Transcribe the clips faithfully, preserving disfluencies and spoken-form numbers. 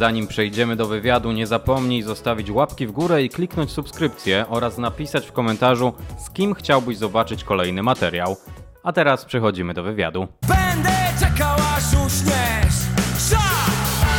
Zanim przejdziemy do wywiadu, nie zapomnij zostawić łapki w górę i kliknąć subskrypcję oraz napisać w komentarzu, z kim chciałbyś zobaczyć kolejny materiał. A teraz przechodzimy do wywiadu. Będę czekał, aż uśniesz. Szach!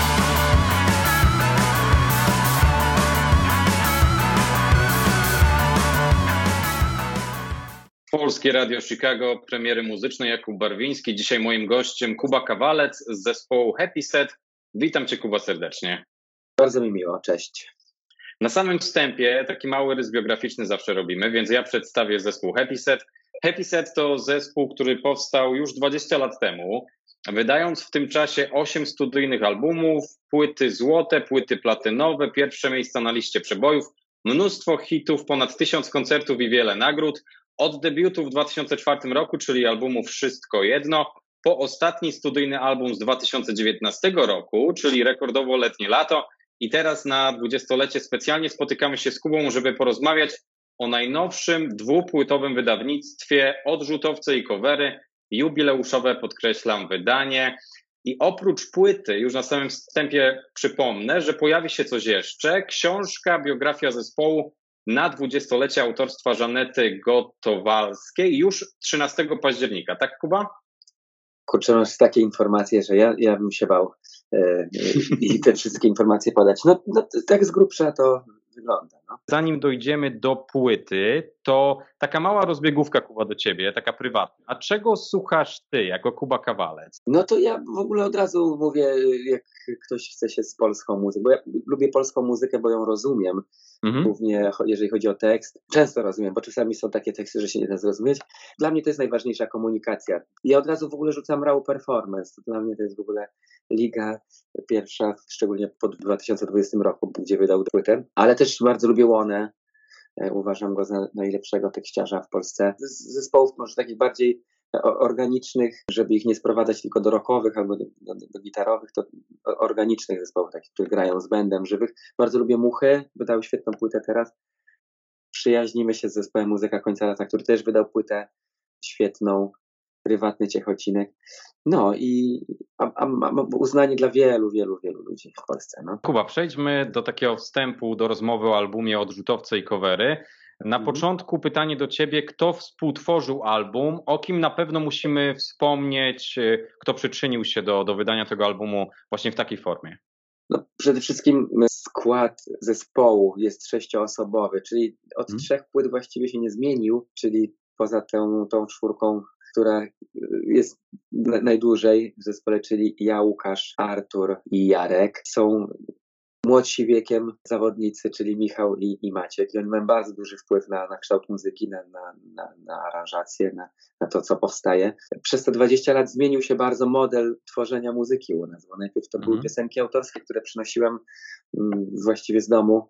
Polskie Radio Chicago, premiery muzyczne, Jakub Barwiński. Dzisiaj moim gościem Kuba Kawalec z zespołu Happy Set. Witam Cię, Kuba, serdecznie. Bardzo mi miło, cześć. Na samym wstępie taki mały rys biograficzny zawsze robimy, więc ja przedstawię zespół Happy Set. Happy Set to zespół, który powstał już dwadzieścia lat temu, wydając w tym czasie osiem studyjnych albumów, płyty złote, płyty platynowe, pierwsze miejsca na liście przebojów, mnóstwo hitów, ponad tysiąc koncertów i wiele nagród. Od debiutu w dwa tysiące czwartym roku, czyli albumu Wszystko Jedno, po ostatni studyjny album z dwa tysiące dziewiętnastego roku, czyli rekordowo Letnie Lato. I teraz na dwudziestolecie specjalnie spotykamy się z Kubą, żeby porozmawiać o najnowszym dwupłytowym wydawnictwie Odrzutowce i Covery, jubileuszowe, podkreślam, wydanie. I oprócz płyty, już na samym wstępie przypomnę, że pojawi się coś jeszcze, książka, biografia zespołu na dwudziestolecie autorstwa Żanety Gotowalskiej już trzynastego października. Tak, Kuba? Kurczę, masz takie informacje, że ja, ja bym się bał yy, i te wszystkie informacje podać. No, no tak z grubsza to wygląda. No. Zanim dojdziemy do płyty, to taka mała rozbiegówka, Kuba, do Ciebie, taka prywatna. A czego słuchasz Ty jako Kuba Kawalec? No to ja w ogóle od razu mówię, jak ktoś chce się z polską muzyką, bo ja lubię polską muzykę, bo ją rozumiem. Mhm. Głównie jeżeli chodzi o tekst. Często rozumiem, bo czasami są takie teksty, że się nie da zrozumieć. Dla mnie to jest najważniejsza komunikacja. Ja od razu w ogóle rzucam raw performance. To dla mnie to jest w ogóle liga pierwsza, szczególnie po dwa tysiące dwudziestym roku, gdzie wydał płytę. Ale też bardzo lubię Łonę. Uważam go za najlepszego tekściarza w Polsce. Z zespołów może takich bardziej organicznych, żeby ich nie sprowadzać tylko do rockowych albo do, do, do gitarowych, to organicznych zespołów, takich, które grają z bandem żywych. Bardzo lubię Muchy, wydały świetną płytę teraz. Przyjaźnimy się z zespołem Muzyka Końca Lata, który też wydał płytę świetną, Prywatny Ciechocinek. No i a, a, a uznanie dla wielu, wielu, wielu ludzi w Polsce. No. Kuba, przejdźmy do takiego wstępu do rozmowy o albumie Odrzutowce i Covery. Na mhm. początku pytanie do Ciebie, kto współtworzył album, o kim na pewno musimy wspomnieć, kto przyczynił się do, do wydania tego albumu właśnie w takiej formie? No, przede wszystkim skład zespołu jest sześcioosobowy, czyli od hmm. trzech płyt właściwie się nie zmienił, czyli poza tą, tą czwórką, która jest najdłużej w zespole, czyli ja, Łukasz, Artur i Jarek. Są młodsi wiekiem zawodnicy, czyli Michał i, i Maciek. I oni mają bardzo duży wpływ na, na kształt muzyki, na, na, na, na aranżację, na, na to, co powstaje. Przez te dwadzieścia lat zmienił się bardzo model tworzenia muzyki u nas, bo najpierw to mhm. były piosenki autorskie, które przynosiłem mm, właściwie z domu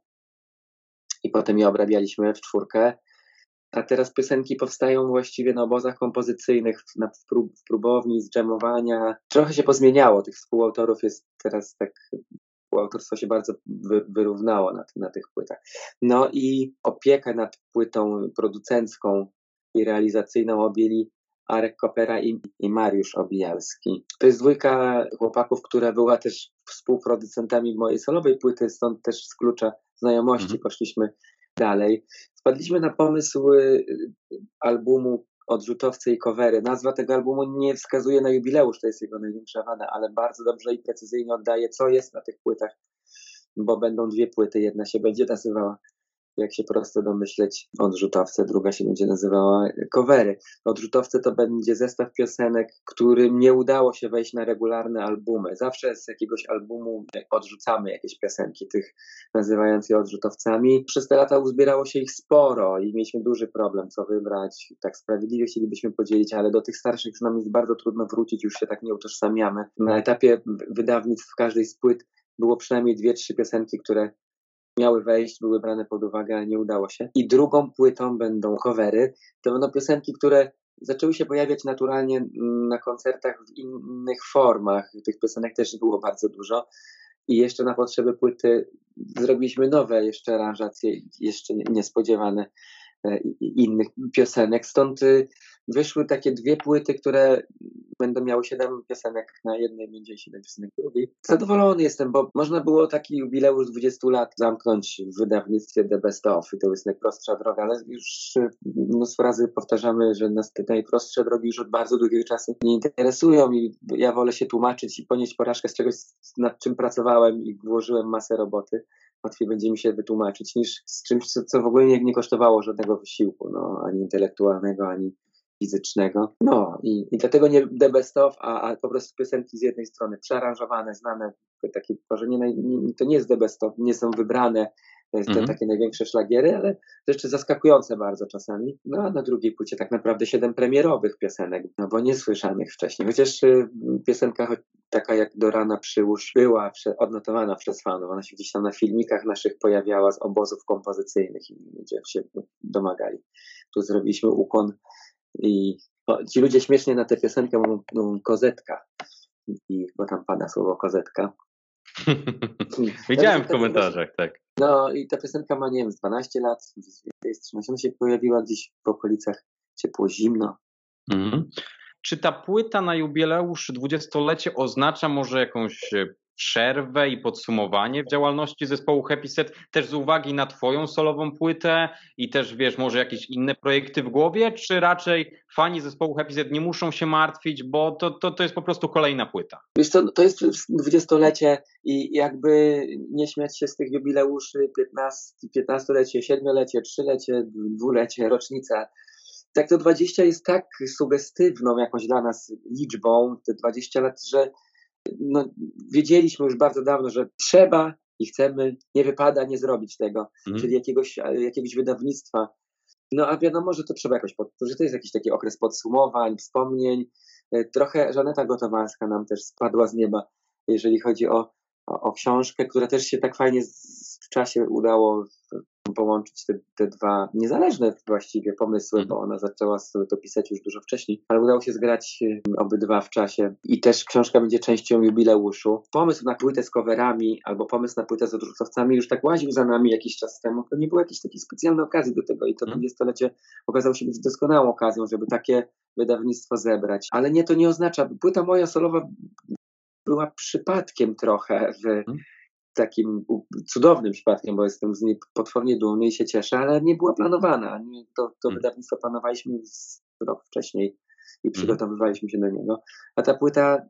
i potem je obrabialiśmy w czwórkę. A teraz piosenki powstają właściwie na obozach kompozycyjnych, na, w, prób, w próbowni, z dżemowania. Trochę się pozmieniało, tych współautorów jest teraz tak... Autorstwo się bardzo wy, wyrównało na, na tych płytach. No i opiekę nad płytą producencką i realizacyjną objęli Arek Kopera i, i Mariusz Obijalski. To jest dwójka chłopaków, która była też współproducentami mojej solowej płyty, stąd też z klucza znajomości mhm. poszliśmy dalej. Wpadliśmy na pomysł albumu Odrzutowce i Covery. Nazwa tego albumu nie wskazuje na jubileusz, to jest jego największa wada, ale bardzo dobrze i precyzyjnie oddaje, co jest na tych płytach, bo będą dwie płyty. Jedna się będzie nazywała, jak się prosto domyśleć, Odrzutowce, druga się będzie nazywała Covery. Odrzutowce to będzie zestaw piosenek, którym nie udało się wejść na regularne albumy. Zawsze z jakiegoś albumu odrzucamy jakieś piosenki, tych nazywając je odrzutowcami. Przez te lata uzbierało się ich sporo i mieliśmy duży problem, co wybrać. Tak sprawiedliwie chcielibyśmy podzielić, ale do tych starszych już nam jest bardzo trudno wrócić, już się tak nie utożsamiamy. Na etapie wydawnictw każdej z płyt było przynajmniej dwie, trzy piosenki, które miały wejść, były brane pod uwagę, ale nie udało się. I drugą płytą będą covery. To będą piosenki, które zaczęły się pojawiać naturalnie na koncertach w innych formach. Tych piosenek też było bardzo dużo. I jeszcze na potrzeby płyty zrobiliśmy nowe jeszcze aranżacje, jeszcze niespodziewane innych piosenek. Stąd wyszły takie dwie płyty, które będą miały siedem piosenek na jednej, będzie siedem piosenek na drugiej. Zadowolony jestem, bo można było taki jubileusz dwudziestu lat zamknąć w wydawnictwie The Best Of i to jest najprostsza droga, ale już mnóstwo razy powtarzamy, że nas te najprostsze drogi już od bardzo długiego czasu nie interesują i ja wolę się tłumaczyć i ponieść porażkę z czegoś, nad czym pracowałem i włożyłem masę roboty. Łatwiej będzie mi się wytłumaczyć niż z czymś, co, co w ogóle nie, nie kosztowało żadnego wysiłku, no, ani intelektualnego, ani fizycznego. No i, i dlatego nie The Best Of, a, a po prostu piosenki z jednej strony przearanżowane, znane, takie tworzenie, nie, nie, to nie jest The Best Of, nie są wybrane te mm-hmm. takie największe szlagiery, ale to jeszcze zaskakujące bardzo czasami. No a na drugiej płycie tak naprawdę siedem premierowych piosenek, no bo niesłyszanych wcześniej. Chociaż y, piosenka taka jak Do rana przyłóż była prze, odnotowana przez fanów. Ona się gdzieś tam na filmikach naszych pojawiała z obozów kompozycyjnych i ludzie się domagali. Tu zrobiliśmy ukłon i o, ci ludzie śmiesznie na tę piosenkę mówią, mówią kozetka, I, bo tam pada słowo kozetka. Widziałem w komentarzach, tak. No i ta piosenka ma, nie wiem, dwanaście lat, jest trzynaście, ona się pojawiła gdzieś w okolicach ciepło, zimno. Mhm. Czy ta płyta na jubileusz dwudziestolecie oznacza może jakąś przerwę i podsumowanie w działalności zespołu Happy Set, też z uwagi na twoją solową płytę i też, wiesz, może jakieś inne projekty w głowie, czy raczej fani zespołu Happy Set nie muszą się martwić, bo to, to, to jest po prostu kolejna płyta? Wiesz co, to jest dwudziestolecie i jakby nie śmiać się z tych jubileuszy, piętnastolecie, siedmiolecie, trzylecie, dwulecie, rocznica. Tak to dwadzieścia jest tak sugestywną jakąś dla nas liczbą, te dwadzieścia lat, że no, wiedzieliśmy już bardzo dawno, że trzeba i chcemy, nie wypada nie zrobić tego, mm. czyli jakiegoś, jakiegoś wydawnictwa. No a wiadomo, że to trzeba jakoś, pod, że to jest jakiś taki okres podsumowań, wspomnień. Trochę Żaneta Gotomalska nam też spadła z nieba, jeżeli chodzi o, o, o książkę, która też się tak fajnie z, w czasie udało połączyć te, te dwa niezależne właściwie pomysły, mm. bo ona zaczęła sobie to pisać już dużo wcześniej, ale udało się zgrać obydwa w czasie i też książka będzie częścią jubileuszu. Pomysł na płytę z coverami albo pomysł na płytę z odrzutowcami już tak łaził za nami jakiś czas temu, to nie było jakiejś takiej specjalnej okazji do tego i to dwudziestolecie okazało się być doskonałą okazją, żeby takie wydawnictwo zebrać. Ale nie, to nie oznacza, płyta moja solowa była przypadkiem trochę w takim cudownym przypadkiem, bo jestem z niej potwornie dumny i się cieszę, ale nie była planowana. To, to hmm. wydawnictwo planowaliśmy rok wcześniej i przygotowywaliśmy się do niego. A ta płyta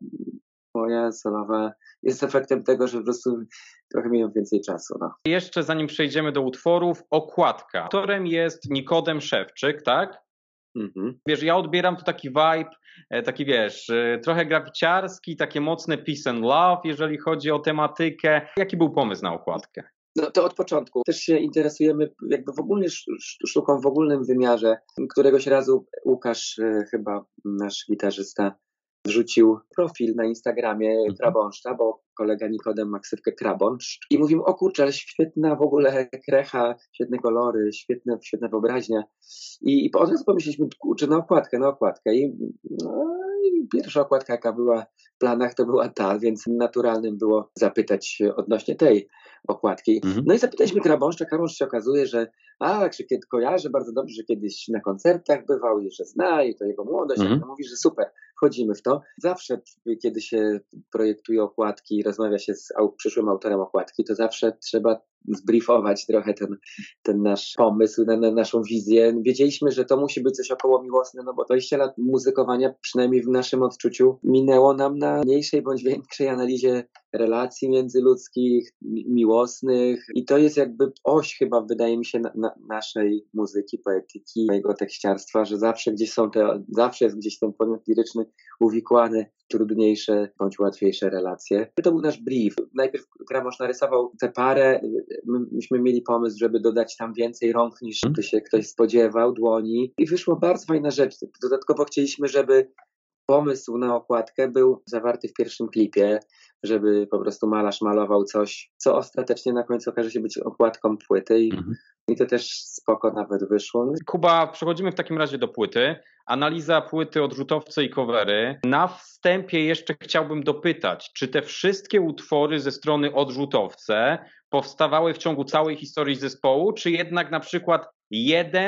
moja solowa jest efektem tego, że po prostu trochę miałem więcej czasu. No. Jeszcze zanim przejdziemy do utworów, okładka. Autorem jest Nikodem Szewczyk, tak? Mhm. Wiesz, ja odbieram tu taki vibe, taki wiesz, trochę graficiarski, takie mocne peace and love, jeżeli chodzi o tematykę. Jaki był pomysł na okładkę? No to od początku. Też się interesujemy jakby w ogóle sztuką w ogólnym wymiarze. Któregoś razu Łukasz, chyba nasz gitarzysta, wrzucił profil na Instagramie mhm. Krabąszcza, bo kolega Nikodem ma ksywkę Krabąszcz i mówimy, o kurczę, ale świetna w ogóle krecha, świetne kolory, świetne, świetna wyobraźnia i, i od razu pomyśleliśmy, kurczę, na okładkę, na okładkę i, no, i pierwsza okładka, jaka była w planach, to była ta, więc naturalnym było zapytać odnośnie tej okładki. Mhm. No i zapytaliśmy Krabąszcza, Krabąszcz się okazuje, że a, że kiedy kojarzy bardzo dobrze, że kiedyś na koncertach bywał i że zna i to jego młodość, mhm. to mówi, że super, wchodzimy w to. Zawsze, kiedy się projektuje okładki i rozmawia się z au- przyszłym autorem okładki, to zawsze trzeba zbriefować trochę ten, ten nasz pomysł, na, na naszą wizję. Wiedzieliśmy, że to musi być coś około miłosne, no bo dwadzieścia lat muzykowania, przynajmniej w naszym odczuciu, minęło nam na mniejszej bądź większej analizie relacji międzyludzkich, mi- miłosnych i to jest jakby oś chyba, wydaje mi się, na, na naszej muzyki, poetyki, mojego tekściarstwa, że zawsze gdzieś są te, zawsze jest gdzieś ten podmiot liryczny uwikłany w trudniejsze bądź łatwiejsze relacje. To był nasz brief. Najpierw Kramosz narysował tę parę, my, myśmy mieli pomysł, żeby dodać tam więcej rąk niż by się ktoś spodziewał, dłoni i wyszło bardzo fajna rzecz. Dodatkowo chcieliśmy, żeby pomysł na okładkę był zawarty w pierwszym klipie, żeby po prostu malarz malował coś, co ostatecznie na końcu okaże się być okładką płyty i, mhm. i to też spoko nawet wyszło. Kuba, przechodzimy w takim razie do płyty. Analiza płyty, odrzutowce i covery. Na wstępie jeszcze chciałbym dopytać, czy te wszystkie utwory ze strony odrzutowce powstawały w ciągu całej historii zespołu, czy jednak na przykład jeden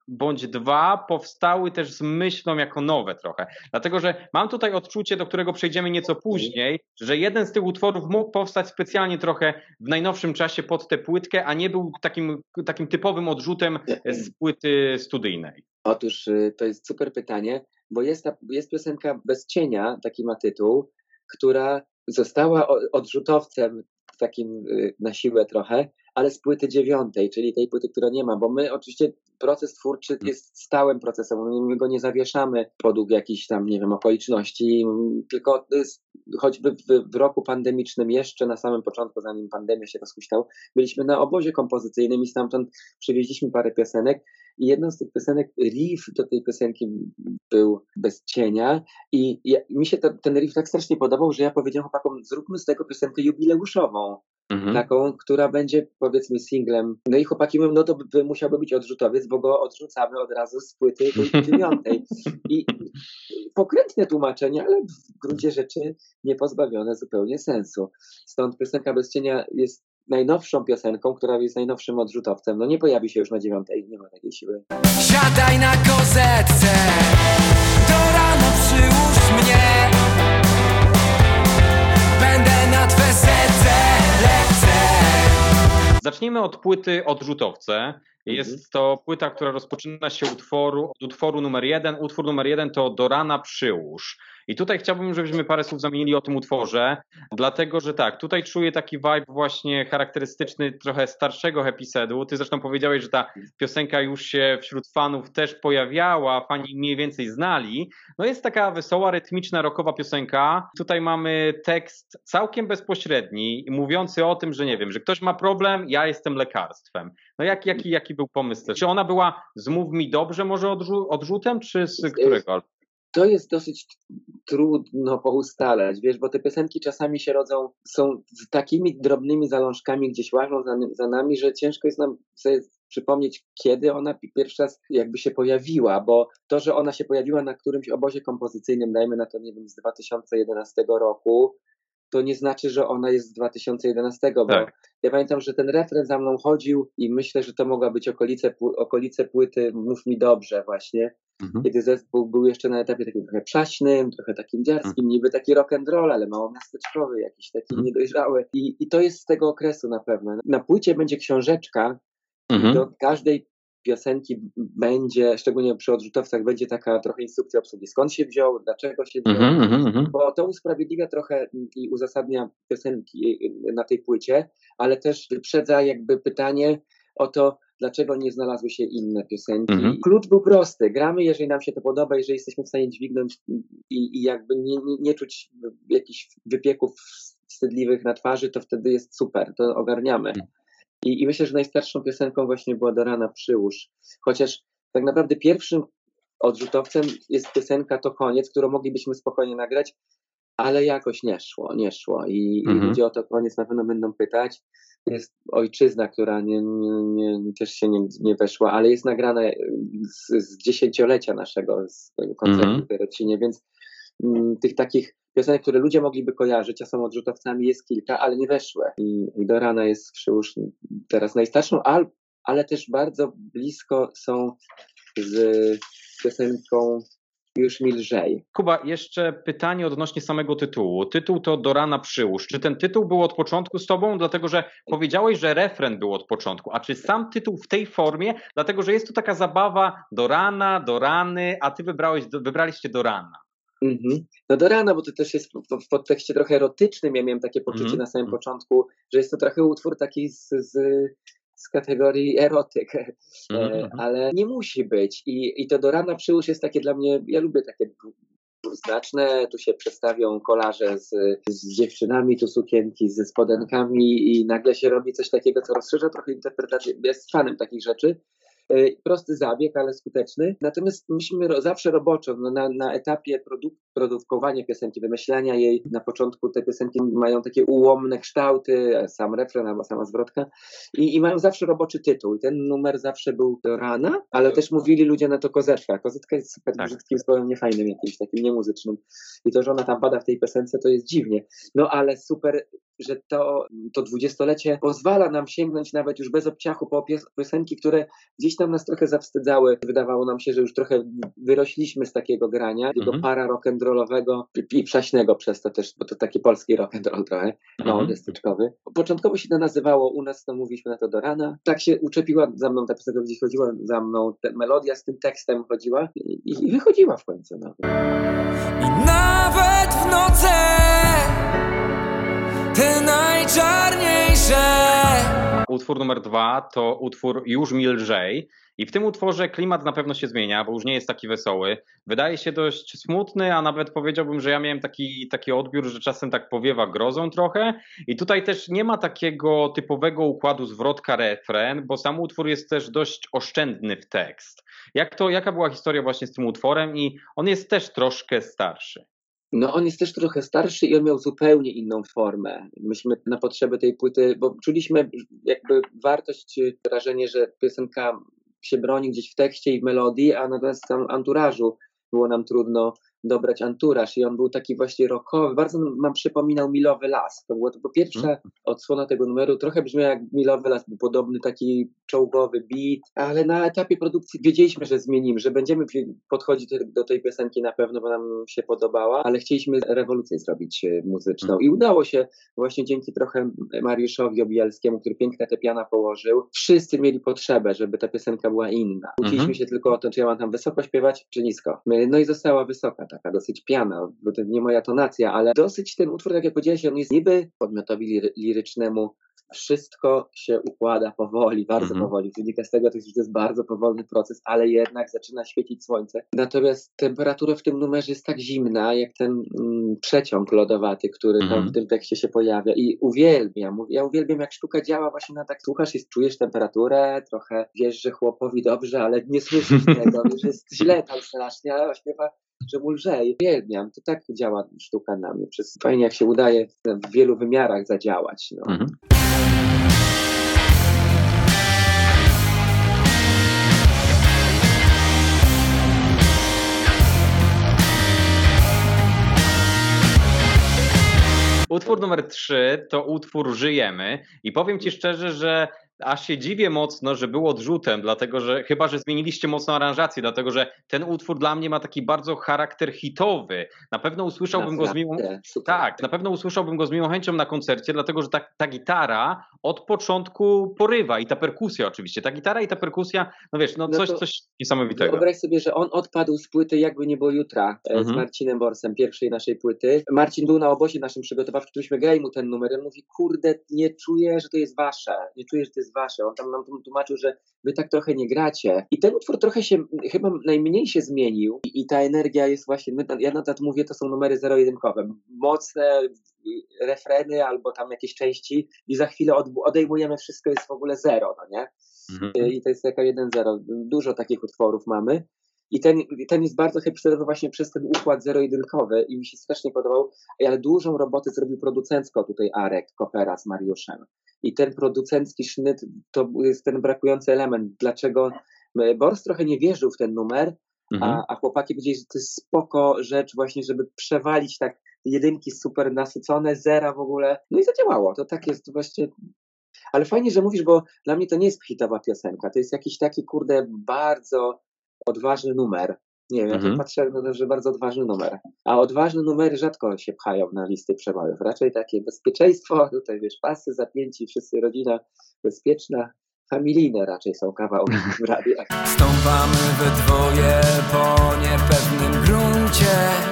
bądź dwa powstały też z myślą jako nowe trochę. Dlatego, że mam tutaj odczucie, do którego przejdziemy nieco później, że jeden z tych utworów mógł powstać specjalnie trochę w najnowszym czasie pod tę płytkę, a nie był takim, takim typowym odrzutem z płyty studyjnej. Otóż to jest super pytanie, bo jest, ta, jest piosenka Bez cienia, taki ma tytuł, która została odrzutowcem takim na siłę trochę, ale z płyty dziewiątej, czyli tej płyty, która nie ma, bo my oczywiście proces twórczy jest stałym procesem, my go nie zawieszamy podług jakichś tam, nie wiem, okoliczności, tylko choćby w, w roku pandemicznym, jeszcze na samym początku, zanim pandemia się rozhuśtał, byliśmy na obozie kompozycyjnym i stamtąd przywieźliśmy parę piosenek i jedną z tych piosenek, riff do tej piosenki był Bez cienia i ja, mi się to, ten riff tak strasznie podobał, że ja powiedziałem chłopakom, zróbmy z tego piosenkę jubileuszową. Mhm. Taką, która będzie powiedzmy singlem. No i chłopaki mówią, no to by, musiałby być odrzutowiec, bo go odrzucamy od razu z płyty dziewiątej. I pokrętne tłumaczenie, ale w gruncie rzeczy nie pozbawione zupełnie sensu. Stąd piosenka Bez cienia jest najnowszą piosenką, która jest najnowszym odrzutowcem. No nie pojawi się już na dziewiątej, nie ma takiej siły. Siadaj na kozetce, do rana przyłóż mnie. Będę na twe serce lecę. Zacznijmy od płyty Odrzutowce. Jest to płyta, która rozpoczyna się utworu, od utworu numer jeden. Utwór numer jeden to Do rana przyłóż. I tutaj chciałbym, żebyśmy parę słów zamienili o tym utworze, dlatego że tak, tutaj czuję taki vibe właśnie charakterystyczny trochę starszego Happysedu. Ty zresztą powiedziałeś, że ta piosenka już się wśród fanów też pojawiała, fani mniej więcej znali. No jest taka wesoła, rytmiczna, rockowa piosenka. Tutaj mamy tekst całkiem bezpośredni, mówiący o tym, że nie wiem, że ktoś ma problem, ja jestem lekarstwem. No jak, jaki, jaki był pomysł? Czy ona była z Mów mi dobrze może odrzu- odrzutem, czy z którego albumu? To jest dosyć trudno poustalać, wiesz, bo te piosenki czasami się rodzą, są z takimi drobnymi zalążkami gdzieś łażą za, za nami, że ciężko jest nam sobie przypomnieć, kiedy ona pierwszy raz jakby się pojawiła, bo to, że ona się pojawiła na którymś obozie kompozycyjnym, dajmy na to, nie wiem, z dwa tysiące jedenastego roku, to nie znaczy, że ona jest z dwa tysiące jedenastego, bo tak. Ja pamiętam, że ten refren za mną chodził i myślę, że to mogła być okolice, okolice płyty Mów mi dobrze właśnie, mhm. kiedy zespół był jeszcze na etapie takim trochę przaśnym, trochę takim dziarskim, mhm. niby taki rock and roll, ale mało miasteczkowy, jakiś taki mhm. niedojrzały I, i to jest z tego okresu na pewno. Na płycie będzie książeczka mhm. i do każdej piosenki będzie, szczególnie przy odrzutowcach, będzie taka trochę instrukcja obsługi. Skąd się wziął, dlaczego się wziął, mm-hmm, mm-hmm. bo to usprawiedliwia trochę i uzasadnia piosenki na tej płycie, ale też wyprzedza jakby pytanie o to, dlaczego nie znalazły się inne piosenki. Mm-hmm. Klucz był prosty. Gramy, jeżeli nam się to podoba, jeżeli jesteśmy w stanie dźwignąć i, i jakby nie, nie, nie czuć jakichś wypieków wstydliwych na twarzy, to wtedy jest super, to ogarniamy. Mm. I, I myślę, że najstarszą piosenką właśnie była Do rana przyłóż. Chociaż tak naprawdę pierwszym odrzutowcem jest piosenka To koniec, którą moglibyśmy spokojnie nagrać, ale jakoś nie szło, nie szło. I, mhm. i ludzie o To koniec na pewno będą pytać. Jest Ojczyzna, która nie, nie, nie, też się nie, nie weszła, ale jest nagrana z, z dziesięciolecia naszego z koncertu mhm. w Jarocinie, więc m, tych takich piosenek, które ludzie mogliby kojarzyć, a są odrzutowcami, jest kilka, ale nie weszły. I, i Do rana jest przyłóż teraz najstarszą, ale, ale też bardzo blisko są z piosenką Już mi lżej. Kuba, jeszcze pytanie odnośnie samego tytułu. Tytuł to Do rana przyłóż. Czy ten tytuł był od początku z tobą? Dlatego, że powiedziałeś, że refren był od początku. A czy sam tytuł w tej formie? Dlatego, że jest tu taka zabawa do rana, do rany, a ty wybrałeś, wybraliście do rana. Mm-hmm. No do rana, bo to też jest w, w podtekście trochę erotycznym. Ja miałem takie poczucie mm-hmm. na samym początku, że jest to trochę utwór taki z, z, z kategorii erotyk, mm-hmm. ale nie musi być. I, i to Do rana przyłóż jest takie dla mnie, ja lubię takie dwuznaczne, tu się przedstawią kolarze z, z dziewczynami, tu sukienki ze spodenkami i nagle się robi coś takiego, co rozszerza trochę interpretację. Ja jestem fanem takich rzeczy. Prosty zabieg, ale skuteczny. Natomiast myśmy zawsze roboczo, no na, na etapie produk- produkowania piosenki, wymyślania jej, na początku te piosenki mają takie ułomne kształty, sam refren albo sama zwrotka i, i mają zawsze roboczy tytuł. I ten numer zawsze był Do rana, ale też mówili ludzie na to kozetka. Kozetka jest super tak. brzydkim słowem niefajnym jakimś, takim niemuzycznym. I to, że ona tam pada w tej piosence, to jest dziwnie. No ale super, że to, to dwudziestolecie pozwala nam sięgnąć nawet już bez obciachu po pios- piosenki, które gdzieś gdzieś tam nas trochę zawstydzały. Wydawało nam się, że już trochę wyrośliśmy z takiego grania, takiego Mhm. para rock'n'rollowego i przaśnego przez to też, bo to taki polski rock'n'roll trochę, mało Mhm. destyczkowy. Początkowo się to nazywało, u nas to mówiliśmy na to do rana. Tak się uczepiła za mną, ta piosenka gdzieś chodziła za mną, ta melodia z tym tekstem chodziła i, i wychodziła w końcu. No. I nawet w noce te najczarniejsze. Utwór numer dwa to utwór Już mi lżej. I w tym utworze klimat na pewno się zmienia, bo już nie jest taki wesoły. Wydaje się dość smutny, a nawet powiedziałbym, że ja miałem taki, taki odbiór, że czasem tak powiewa grozą trochę. I tutaj też nie ma takiego typowego układu zwrotka-refren, bo sam utwór jest też dość oszczędny w tekst. Jak to, jaka była historia właśnie z tym utworem? I on jest też troszkę starszy. No on jest też trochę starszy i on miał zupełnie inną formę. Myśmy na potrzeby tej płyty, bo czuliśmy jakby wartość, wrażenie, że piosenka się broni gdzieś w tekście i w melodii, a natomiast tam anturażu było nam trudno dobrać anturaż i on był taki właśnie rockowy, bardzo nam przypominał Milowy Las. To była to pierwsza hmm. odsłona tego numeru, trochę brzmiał jak Milowy Las, był podobny taki czołgowy beat, ale na etapie produkcji wiedzieliśmy, że zmienimy, że będziemy podchodzić do, do tej piosenki na pewno, bo nam się podobała, ale chcieliśmy rewolucję zrobić muzyczną hmm. i udało się właśnie dzięki trochę Mariuszowi Obielskiemu, który piękne te piana położył. Wszyscy mieli potrzebę, żeby ta piosenka była inna. Uczyliśmy hmm. się tylko o to, czy ja mam tam wysoko śpiewać, czy nisko. No i została wysoka, taka dosyć piana, bo to nie moja tonacja, ale dosyć ten utwór, tak jak powiedziałeś, on jest niby podmiotowi liry, lirycznemu, wszystko się układa powoli, bardzo mm-hmm. powoli. Wynika z tego, że to jest bardzo powolny proces, ale jednak zaczyna świecić słońce. Natomiast temperatura w tym numerze jest tak zimna, jak ten mm, przeciąg lodowaty, który mm-hmm. tam w tym tekście się pojawia i uwielbiam, ja uwielbiam jak sztuka działa właśnie na tak, słuchasz, jest, czujesz temperaturę, trochę wiesz, że chłopowi dobrze, ale nie słyszysz tego, wiesz, że jest źle tam strasznie, ale śpiewa, że mu lżej. Uwielbiam, to tak działa sztuka na mnie. Przez, fajnie jak się udaje w wielu wymiarach zadziałać. No. Mhm. Utwór numer trzy to utwór Żyjemy i powiem Ci szczerze, że aż się dziwię mocno, że był odrzutem, dlatego że chyba, że zmieniliście mocno aranżację, dlatego że ten utwór dla mnie ma taki bardzo charakter hitowy. Na pewno usłyszałbym go z miłą... Tak, na pewno usłyszałbym go z miłą chęcią na koncercie, dlatego że ta, ta gitara od początku porywa i ta perkusja oczywiście. Ta gitara i ta perkusja, no wiesz, no, no coś, coś niesamowitego. Wyobraź sobie, że on odpadł z płyty Jakby nie było jutra mhm. z Marcinem Borsem, pierwszej naszej płyty. Marcin był na obozie naszym przygotowawczym, któryśmy grali mu ten numer. On mówi, kurde, nie czuję, że to jest wasze. Nie czuję, że to jest wasze. On tam nam tłumaczył, że wy tak trochę nie gracie. I ten utwór trochę się, chyba najmniej się zmienił i, i ta energia jest właśnie, my, ja na to mówię, to są numery zero-jedynkowe. Mocne refreny albo tam jakieś części i za chwilę od, odejmujemy wszystko, jest w ogóle zero, no nie? Mhm. I to jest taka jeden zero. Dużo takich utworów mamy. I ten, ten jest bardzo hipsterowy właśnie przez ten układ zero-jedynkowy i mi się strasznie podobał, ale dużą robotę zrobił producencko tutaj Arek Kopera z Mariuszem. I ten producencki sznyt to jest ten brakujący element. Dlaczego Bors trochę nie wierzył w ten numer, mhm. a, a chłopaki powiedzieli, że to jest spoko rzecz właśnie, żeby przewalić tak jedynki super nasycone, zera w ogóle. No i zadziałało. To tak jest właśnie... Ale fajnie, że mówisz, bo dla mnie to nie jest hitowa piosenka. To jest jakiś taki, kurde, bardzo odważny numer. Nie wiem, mhm. ja tu patrzę, no, że bardzo odważny numer. A odważne numery rzadko się pchają na listy przebojów. Raczej takie bezpieczeństwo, tutaj wiesz, pasy zapięci, wszyscy rodzina bezpieczna, familijne raczej są kawałki w radiach. Stąpamy we dwoje po niepewnym gruncie.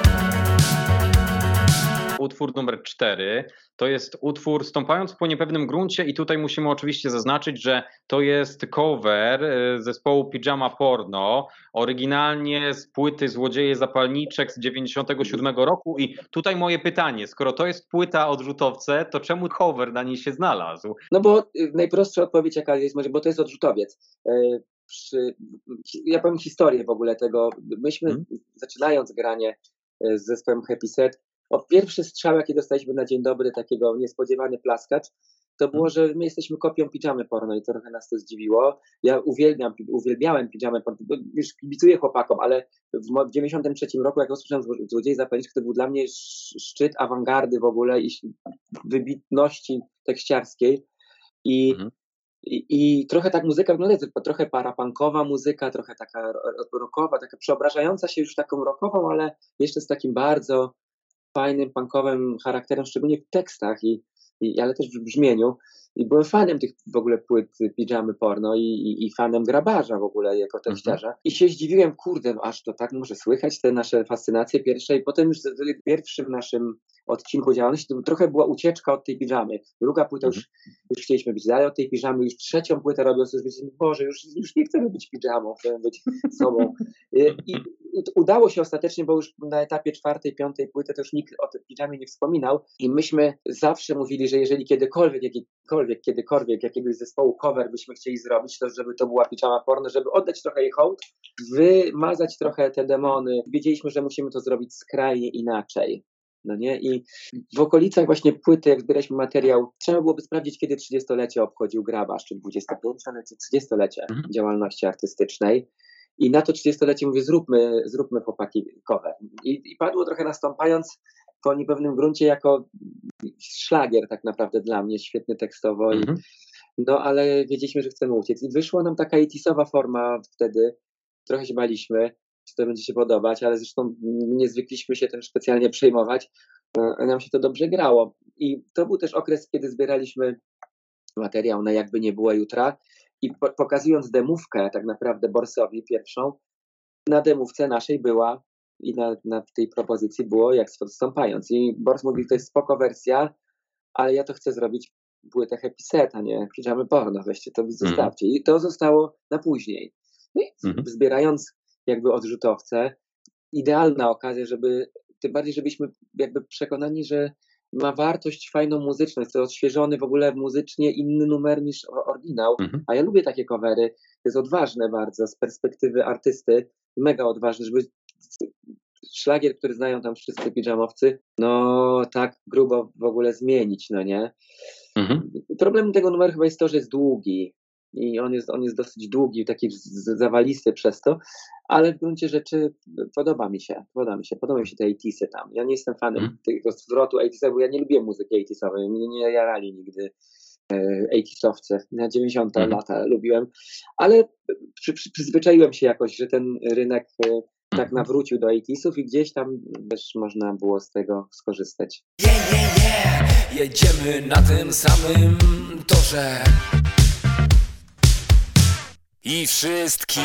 Utwór numer cztery to jest utwór Stąpając po niepewnym gruncie i tutaj musimy oczywiście zaznaczyć, że to jest cover zespołu Pijama Porno, oryginalnie z płyty Złodzieje Zapalniczek z dziewięćdziesiątego siódmego roku i tutaj moje pytanie, skoro to jest płyta odrzutowce, to czemu cover na niej się znalazł? No bo najprostsza odpowiedź jaka jest, bo to jest odrzutowiec. Przy, ja powiem historię w ogóle tego. Myśmy hmm. zaczynając granie z zespołem Happy Set, o pierwszy strzał, jaki dostaliśmy na dzień dobry, takiego niespodziewany plaskacz, to było, że my jesteśmy kopią Pijamy Porno i to trochę nas to zdziwiło. Ja uwielbiam, uwielbiałem Pijamę Porno, już kibicuję chłopakom, ale w dziewięćdziesiątym trzecim roku, jak usłyszałem Złodziei Zapalniczek, to był dla mnie szczyt awangardy w ogóle i wybitności tekściarskiej. I, mhm. I, I trochę tak muzyka wygląda, trochę parapunkowa muzyka, trochę taka rockowa, taka przeobrażająca się już taką rockową, ale jeszcze z takim bardzo fajnym, punkowym charakterem, szczególnie w tekstach, i, i, ale też w brzmieniu. I byłem fanem tych w ogóle płyt Pijamy Porno i, i, i fanem Grabarza w ogóle jako tekściarza. Mhm. I się zdziwiłem, kurde, aż to tak może słychać, te nasze fascynacje pierwsze. I potem już w pierwszym naszym odcinku działalności to trochę była ucieczka od tej piżamy. Druga płyta już, już chcieliśmy być dalej od tej piżamy, już trzecią płytę robiąc, już myśleliśmy, Boże, już, już nie chcemy być piżamą, chcemy być sobą. I udało się ostatecznie, bo już na etapie czwartej, piątej płyty to już nikt o tej piżamie nie wspominał i myśmy zawsze mówili, że jeżeli kiedykolwiek, jakikolwiek, kiedykolwiek jakiegoś zespołu cover byśmy chcieli zrobić, to żeby to była Pijama Porno, żeby oddać trochę jej hołd, wymazać trochę te demony. Wiedzieliśmy, że musimy to zrobić skrajnie inaczej. No nie? I w okolicach właśnie płyty, jak zbieraliśmy materiał, trzeba byłoby sprawdzić, kiedy trzydziestolecie obchodził Grabarz, czy dwudziestopięciolecie, trzydziestolecie mhm. działalności artystycznej. I na to trzydziestolecie mówię, zróbmy, zróbmy chłopaki cover. I, I padło trochę nastąpając po niepewnym gruncie jako szlagier tak naprawdę dla mnie, świetny tekstowo. Mhm. I, no ale wiedzieliśmy, że chcemy uciec. I wyszła nam taka etisowa forma wtedy. Trochę się baliśmy, czy to będzie się podobać, ale zresztą nie zwykliśmy się tym specjalnie przejmować. Nam się to dobrze grało. I to był też okres, kiedy zbieraliśmy materiał na Jakby nie było jutra i po, pokazując demówkę tak naprawdę Borsowi pierwszą, na demówce naszej była i na, na tej propozycji było jak stąpając. I Bors mówi, to jest spoko wersja, ale ja to chcę zrobić płytę Happy Set, a nie Pijamy Porno, weźcie to zostawcie. I to zostało na później. No i mhm. zbierając jakby odrzutowce, idealna okazja, żeby, tym bardziej żebyśmy jakby przekonani, że ma wartość fajną muzyczną, jest to odświeżony w ogóle muzycznie inny numer niż oryginał, mhm. a ja lubię takie covery, to jest odważne bardzo z perspektywy artysty, mega odważne, żeby szlagier, który znają tam wszyscy pijamowcy, no tak grubo w ogóle zmienić, no nie? Mhm. Problemem tego numeru chyba jest to, że jest długi i on jest, on jest dosyć długi, taki zawalisty przez to, ale w gruncie rzeczy podoba mi się, podoba mi się, podoba mi się te osiemdziesiąte tam. Ja nie jestem fanem mm. tego zwrotu osiemdziesiątego, bo ja nie lubiłem muzyki osiemdziesiątej, mnie nie jarali nigdy osiemdziesiątowcy, na dziewięćdziesiąte mm. lata lubiłem, ale przy, przy, przyzwyczaiłem się jakoś, że ten rynek tak nawrócił do osiemdziesiątych i gdzieś tam też można było z tego skorzystać. Yeah, yeah, yeah. Jedziemy na tym samym torze i wszystkim.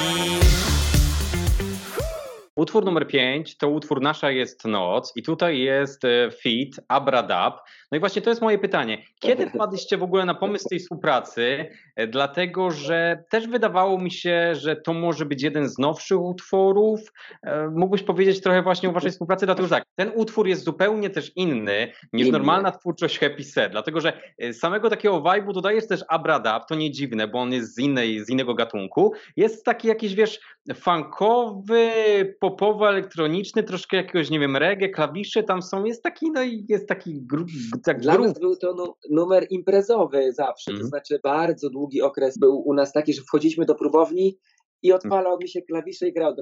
Utwór numer pięć to utwór Nasza jest noc i tutaj jest feat Abradab. No i właśnie to jest moje pytanie. Kiedy wpadliście w ogóle na pomysł tej współpracy? Dlatego, że też wydawało mi się, że to może być jeden z nowszych utworów. Mógłbyś powiedzieć trochę właśnie o waszej współpracy, dlatego że tak, ten utwór jest zupełnie też inny niż inny. Normalna twórczość Happy Set, dlatego że samego takiego vibe'u dodajesz też Abradab, to nie dziwne, bo on jest z, innej, z innego gatunku. Jest taki jakiś, wiesz, funkowy, popowy, elektroniczny, troszkę jakiegoś, nie wiem, reggae, klawisze tam są, jest taki, no i jest taki gru, tak Dla nas był to no, numer imprezowy zawsze, mm. to znaczy bardzo długi okres był u nas taki, że wchodziliśmy do próbowni i odpalał mi się klawisze i grał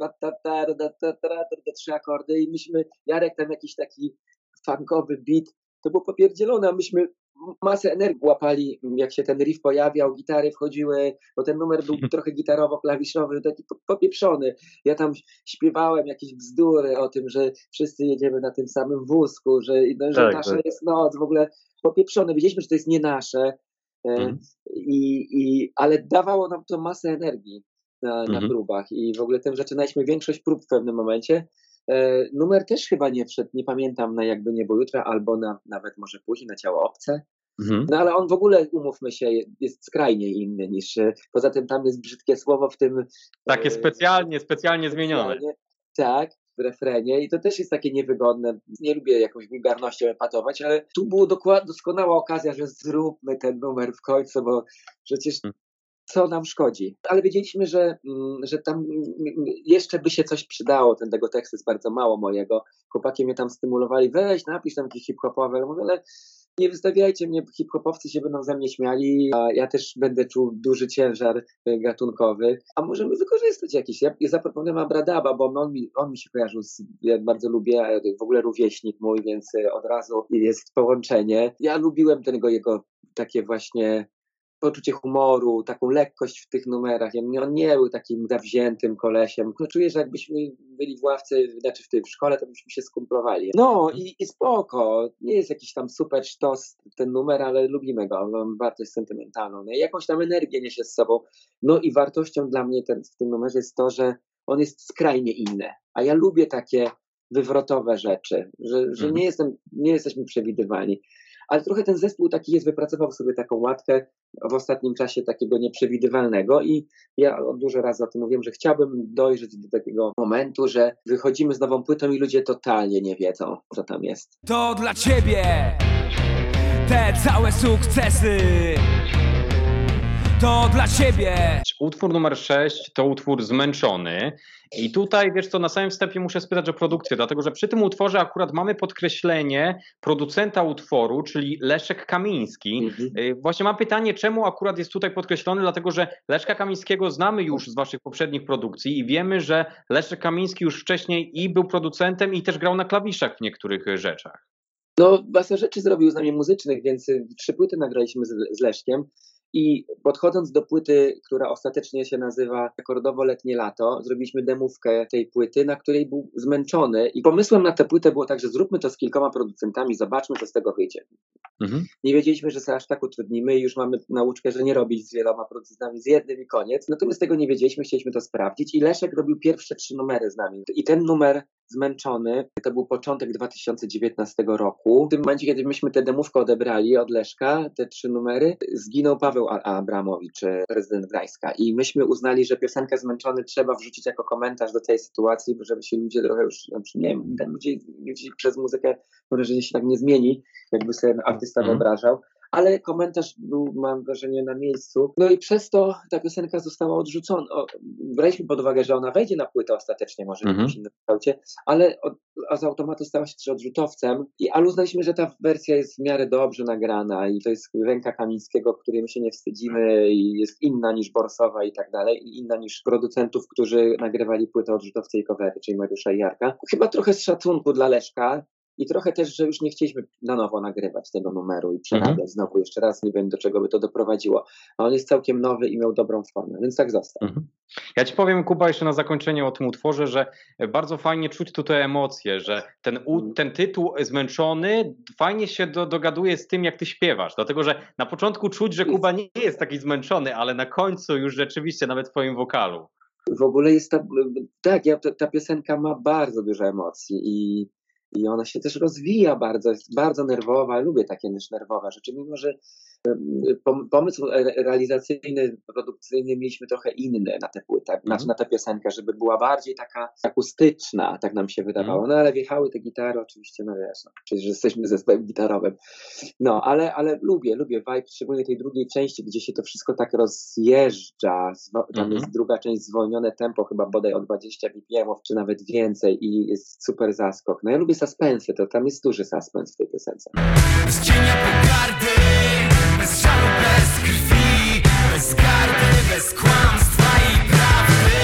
trzy akordy i myśmy, Jarek tam jakiś taki funkowy beat, to było popierdzielone, a myśmy masę energii łapali, jak się ten riff pojawiał, gitary wchodziły, bo ten numer był trochę gitarowo-klawiszowy, taki popieprzony. Ja tam śpiewałem jakieś bzdury o tym, że wszyscy jedziemy na tym samym wózku, że, no, że tak, nasza tak. jest noc, w ogóle popieprzone. Wiedzieliśmy, że to jest nie nasze, mm. i, i, ale dawało nam to masę energii na, mm. na próbach i w ogóle tym zaczynaliśmy większość prób w pewnym momencie. E, numer też chyba nie wszedł, nie pamiętam, na Jakby nie było jutra, albo na, nawet może później na Ciało obce. Mhm. No ale on w ogóle, umówmy się, jest skrajnie inny niż, poza tym tam jest brzydkie słowo w tym. Takie specjalnie, specjalnie zmienione. Specjalnie, tak, w refrenie i to też jest takie niewygodne. Nie lubię jakąś wulgarnością epatować, ale tu była dokładnie doskonała okazja, że zróbmy ten numer w końcu, bo przecież hmm. co nam szkodzi. Ale wiedzieliśmy, że, że tam jeszcze by się coś przydało. Ten, tego tekstu jest bardzo mało mojego. Chłopaki mnie tam stymulowali, weź, napisz tam jakieś hip-hopowe. Mówię, ale nie wystawiajcie mnie, hip-hopowcy się będą ze mnie śmiali, a ja też będę czuł duży ciężar gatunkowy. A możemy wykorzystać jakiś. Ja, ja zaproponowałem Abradaba, bo on mi, on mi się kojarzył, z, ja bardzo lubię, w ogóle rówieśnik mój, więc od razu jest połączenie. Ja lubiłem tego jego takie właśnie poczucie humoru, taką lekkość w tych numerach. On nie był takim zawziętym kolesiem. No, czuję, że jakbyśmy byli w ławce, znaczy w, tej, w szkole, to byśmy się skumplowali. No i, i spoko. Nie jest jakiś tam super sztos ten numer, ale lubimy go. Mam wartość sentymentalną. No i jakąś tam energię niesie z sobą. No i wartością dla mnie ten, w tym numerze jest to, że on jest skrajnie inny. A ja lubię takie wywrotowe rzeczy, że, że nie, jestem, nie jesteśmy przewidywalni. Ale trochę ten zespół taki jest, wypracował sobie taką łatkę w ostatnim czasie takiego nieprzewidywalnego i ja dużo razy o tym mówiłem, że chciałbym dojrzeć do takiego momentu, że wychodzimy z nową płytą i ludzie totalnie nie wiedzą, co tam jest. To dla ciebie te całe sukcesy. To dla ciebie. Utwór numer sześć to utwór Zmęczony. I tutaj, wiesz co, na samym wstępie muszę spytać o produkcję, dlatego że przy tym utworze akurat mamy podkreślenie producenta utworu, czyli Leszek Kamiński. Mhm. Właśnie mam pytanie, czemu akurat jest tutaj podkreślony, dlatego że Leszka Kamińskiego znamy już z waszych poprzednich produkcji i wiemy, że Leszek Kamiński już wcześniej i był producentem i też grał na klawiszach w niektórych rzeczach. No, masę rzeczy zrobił z nami muzycznych, więc trzy płyty nagraliśmy z, z Leszkiem. I podchodząc do płyty, która ostatecznie się nazywa Rekordowo Letnie Lato, zrobiliśmy demówkę tej płyty, na której był zmęczony i pomysłem na tę płytę było tak, że zróbmy to z kilkoma producentami, zobaczmy, co z tego wyjdzie. Mhm. Nie wiedzieliśmy, że sobie aż tak utrudnimy i już mamy nauczkę, że nie robić z wieloma producentami, z jednym i koniec. Natomiast tego nie wiedzieliśmy, chcieliśmy to sprawdzić i Leszek robił pierwsze trzy numery z nami. I ten numer Zmęczony to był początek dwa tysiące dziewiętnastego roku. W tym momencie, kiedy myśmy tę demówkę odebrali od Leszka, te trzy numery, zginął Paweł Abramowicz, prezydent Gdańska. I myśmy uznali, że piosenkę Zmęczony trzeba wrzucić jako komentarz do tej sytuacji, żeby się ludzie trochę już, nie wiem, ludzie, ludzie przez muzykę mam wrażenie się tak nie zmieni, jakby sobie artysta mm. wyobrażał. Ale komentarz był, mam wrażenie, na miejscu. No i przez to ta piosenka została odrzucona. Braliśmy pod uwagę, że ona wejdzie na płytę ostatecznie, może w jakimś innym kształcie, ale od, a z automatu stała się też odrzutowcem. I, ale uznaliśmy, że ta wersja jest w miarę dobrze nagrana i to jest ręka Kamińskiego, której my się nie wstydzimy i jest inna niż Borsowa i tak dalej, i inna niż producentów, którzy nagrywali płytę odrzutowce i covery, czyli Mariusza i Jarka. Chyba trochę z szacunku dla Leszka, i trochę też, że już nie chcieliśmy na nowo nagrywać tego numeru i przerabiać mhm. znowu jeszcze raz, nie wiem do czego by to doprowadziło. A on jest całkiem nowy i miał dobrą formę, więc tak został. Mhm. Ja ci powiem, Kuba, jeszcze na zakończenie o tym utworze, że bardzo fajnie czuć tutaj emocje, że ten, u, ten tytuł Zmęczony fajnie się do, dogaduje z tym, jak ty śpiewasz, dlatego że na początku czuć, że Kuba nie jest taki zmęczony, ale na końcu już rzeczywiście nawet w twoim wokalu. W ogóle jest ta, tak, ja, ta, ta piosenka ma bardzo dużo emocji i I ona się też rozwija bardzo, jest bardzo nerwowa. Lubię takie też nerwowe rzeczy, mimo że pomysł realizacyjny, produkcyjny mieliśmy trochę inny na tę płytę, mm. znaczy na tę piosenkę, żeby była bardziej taka akustyczna, tak nam się wydawało. Mm. No ale wjechały te gitary oczywiście, no wiesz, no, przecież jesteśmy zespołem gitarowym. No, ale, ale lubię, lubię vibe, szczególnie tej drugiej części, gdzie się to wszystko tak rozjeżdża. Tam mm. jest druga część, zwolnione tempo, chyba bodaj o dwadzieścia B P M-ów, czy nawet więcej i jest super zaskok. No ja lubię suspensy, to tam jest duży suspens w tej piosence. Bez cienia pogardy, bez żalu, bez krwi, bez gardy, bez kłamstwa i prawdy.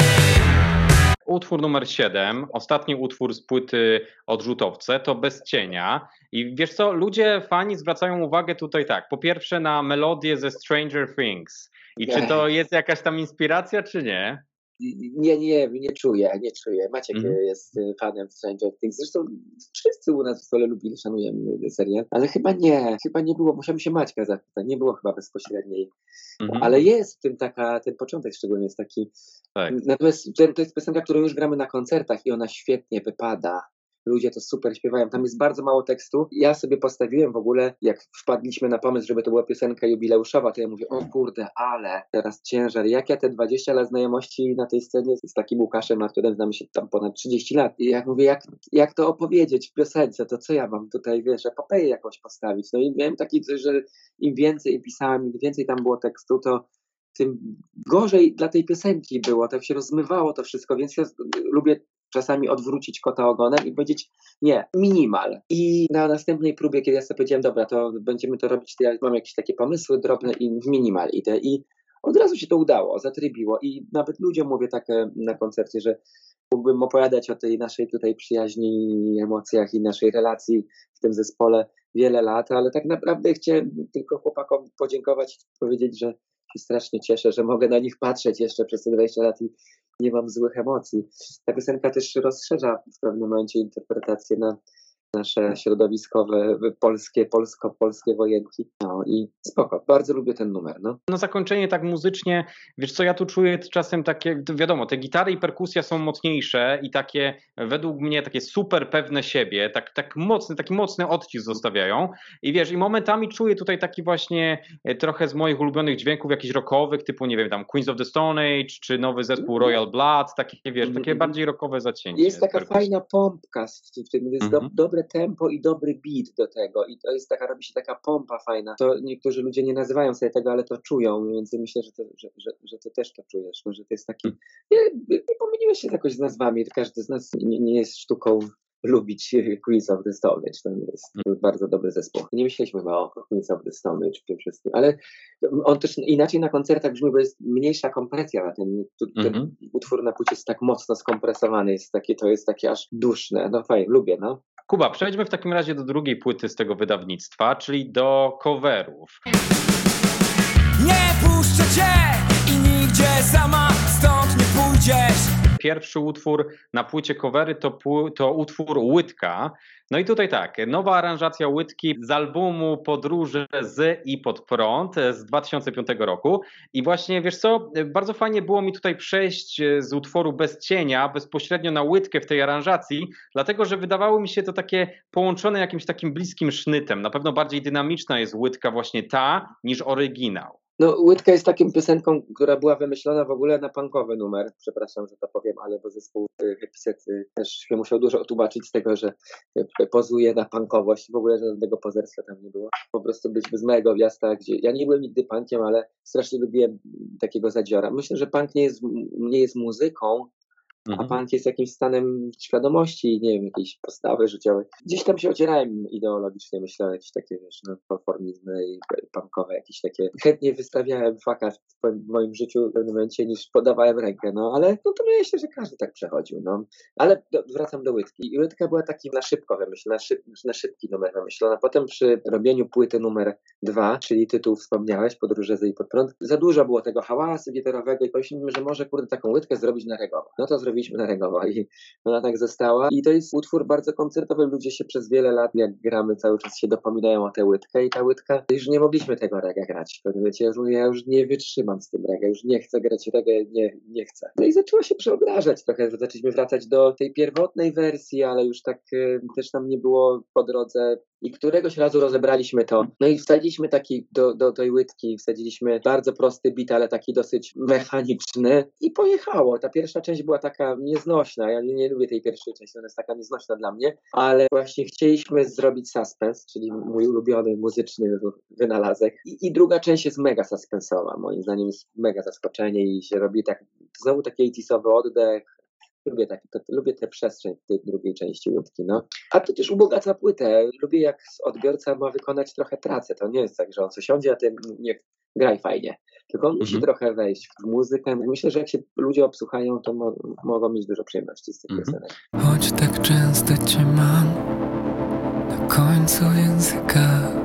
Utwór numer siedem, ostatni utwór z płyty Odrzutowce, to Bez cienia. I wiesz co, ludzie, fani zwracają uwagę tutaj tak, po pierwsze na melodię ze Stranger Things. I czy to jest jakaś tam inspiracja, czy nie? Nie, nie, nie czuję, nie czuję. Maciek mm. jest fanem Stranger Things. Zresztą wszyscy u nas w stole lubili, szanujemy serial, ale chyba nie, chyba nie było, musiałem się Maćka zapytać, nie było chyba bezpośredniej. Mm-hmm. Ale jest w tym taka, ten początek szczególnie jest taki. Tak. Natomiast to jest piosenka, którą już gramy na koncertach i ona świetnie wypada. Ludzie to super śpiewają, tam jest bardzo mało tekstu. Ja sobie postawiłem w ogóle, jak wpadliśmy na pomysł, żeby to była piosenka jubileuszowa, to ja mówię, o kurde, ale teraz ciężar. Jak ja te dwadzieścia lat znajomości na tej scenie z takim Łukaszem, na którym znamy się tam ponad trzydzieści lat. I jak mówię, jak, jak to opowiedzieć w piosence, to co ja mam tutaj, wiesz, epopeję jakąś postawić. No i miałem taki, że im więcej pisałem, im więcej tam było tekstu, to tym gorzej dla tej piosenki było, tak się rozmywało to wszystko, więc ja lubię czasami odwrócić kota ogonem i powiedzieć nie, minimal. I na następnej próbie, kiedy ja sobie powiedziałem, dobra, to będziemy to robić, to ja mam jakieś takie pomysły drobne i w minimal idę. I od razu się to udało, zatrybiło. I nawet ludziom mówię tak na koncercie, że mógłbym opowiadać o tej naszej tutaj przyjaźni, emocjach i naszej relacji w tym zespole wiele lat, ale tak naprawdę chciałem tylko chłopakom podziękować i powiedzieć, że się strasznie cieszę, że mogę na nich patrzeć jeszcze przez te dwadzieścia lat i nie mam złych emocji. Ta piosenka też rozszerza w pewnym momencie interpretację na nasze środowiskowe, polskie, polsko-polskie wojenki. No i spoko, bardzo lubię ten numer. No. Na zakończenie tak muzycznie, wiesz co, ja tu czuję czasem takie, wiadomo, te gitary i perkusja są mocniejsze i takie, według mnie, takie super pewne siebie, tak, tak mocny, taki mocny odcisk zostawiają i wiesz, i momentami czuję tutaj taki właśnie trochę z moich ulubionych dźwięków jakichś rockowych, typu, nie wiem, tam Queens of the Stone Age, czy nowy zespół Royal Blood, takie, wiesz, takie bardziej rockowe zacięcie. Jest taka perkusji. Fajna pompka, w tym jest do, Mhm. dobre tempo i dobry beat do tego i to jest taka, robi się taka pompa fajna. To niektórzy ludzie nie nazywają sobie tego, ale to czują, więc myślę, że to, że, że, że to też to czujesz, no, że to jest taki, nie, nie pomyliłeś się jakoś z nazwami, każdy z nas nie, nie jest sztuką lubić Queens of the Stone Age, to jest mm. bardzo dobry zespół. Nie myśleliśmy chyba o Queens of the Stone Age w tym wszystkim, ale on też inaczej na koncertach brzmi, bo jest mniejsza kompresja na tym. Ten mm-hmm. utwór na płycie jest tak mocno skompresowany, jest takie, to jest takie aż duszne. No fajnie, lubię, no. Kuba, przejdźmy w takim razie do drugiej płyty z tego wydawnictwa, czyli do coverów. Nie puszczę cię i nigdzie sama stąd nie pójdziesz. Pierwszy utwór na płycie covery to, to utwór Łydka. No i tutaj tak, nowa aranżacja Łydki z albumu Podróże z i pod prąd z dwa tysiące piątego roku. I właśnie, wiesz co, bardzo fajnie było mi tutaj przejść z utworu Bez cienia bezpośrednio na Łydkę w tej aranżacji, dlatego że wydawało mi się to takie połączone jakimś takim bliskim sznytem. Na pewno bardziej dynamiczna jest Łydka właśnie ta niż oryginał. No, Łydka jest taką piosenką, która była wymyślona w ogóle na punkowy numer. Przepraszam, że to powiem, ale bo zespół Happy Set też się musiał dużo otłumaczyć z tego, że pozuje na punkowość. W ogóle żadnego pozerstwa tam nie było. Po prostu byliśmy z małego miasta, gdzie ja nie byłem nigdy punkiem, ale strasznie lubiłem takiego zadziora. Myślę, że punk nie jest, nie jest muzyką, a punk jest jakimś stanem świadomości, nie wiem, jakiejś postawy życiowej. Gdzieś tam się ocierałem ideologicznie, myślę, jakieś takie, wiesz, no, konformizmy i punkowe, jakieś takie. Chętnie wystawiałem faka w moim życiu w pewnym momencie, niż podawałem rękę, no, ale no to myślę, że każdy tak przechodził, no. Ale do, wracam do Łydki. I Łydka była taki na szybko wymyślona, szyb, na szybki numer wymyślona. Potem przy robieniu płyty numer dwa, czyli tytuł wspomniałeś, Podróże z i pod prąd, za dużo było tego hałasu gitarowego i pomyśleliśmy, że może, kurde, taką Łydkę zrobić na regowo. No to zrobiliśmy na regowo i ona tak została. I to jest utwór bardzo koncertowy. Ludzie się przez wiele lat, jak gramy, cały czas się dopominają o tę Łydkę i ta Łydka, już nie mogliśmy tego reggae grać. Wiecie, ja już nie wytrzymam z tym reggae, już nie chcę grać reggae, nie, nie chcę. No i zaczęło się przeobrażać trochę, że zaczęliśmy wracać do tej pierwotnej wersji, ale już tak y, też nam nie było po drodze. I któregoś razu rozebraliśmy to. No i wsadziliśmy taki do, do tej Łydki, wsadziliśmy bardzo prosty beat, ale taki dosyć mechaniczny i pojechało. Ta pierwsza część była taka nieznośna. Ja nie, nie lubię tej pierwszej części, ona jest taka nieznośna dla mnie, ale właśnie chcieliśmy zrobić suspens, czyli mój ulubiony muzyczny wynalazek. I, i druga część jest mega suspensowa. Moim zdaniem jest mega zaskoczenie i się robi tak, znowu taki osiemdziesiąty oddech. Lubię, tak, to, lubię tę przestrzeń w tej drugiej części Łydki, no. A to też ubogaca płytę. Lubię, jak odbiorca ma wykonać trochę pracę. To nie jest tak, że on sobie siądzie, a ty niech graj fajnie. Tylko on musi mhm. trochę wejść w muzykę. Myślę, że jak się ludzie obsłuchają, to mo- mogą mieć dużo przyjemności z tych mhm. piosenek. Choć tak często cię mam na końcu języka.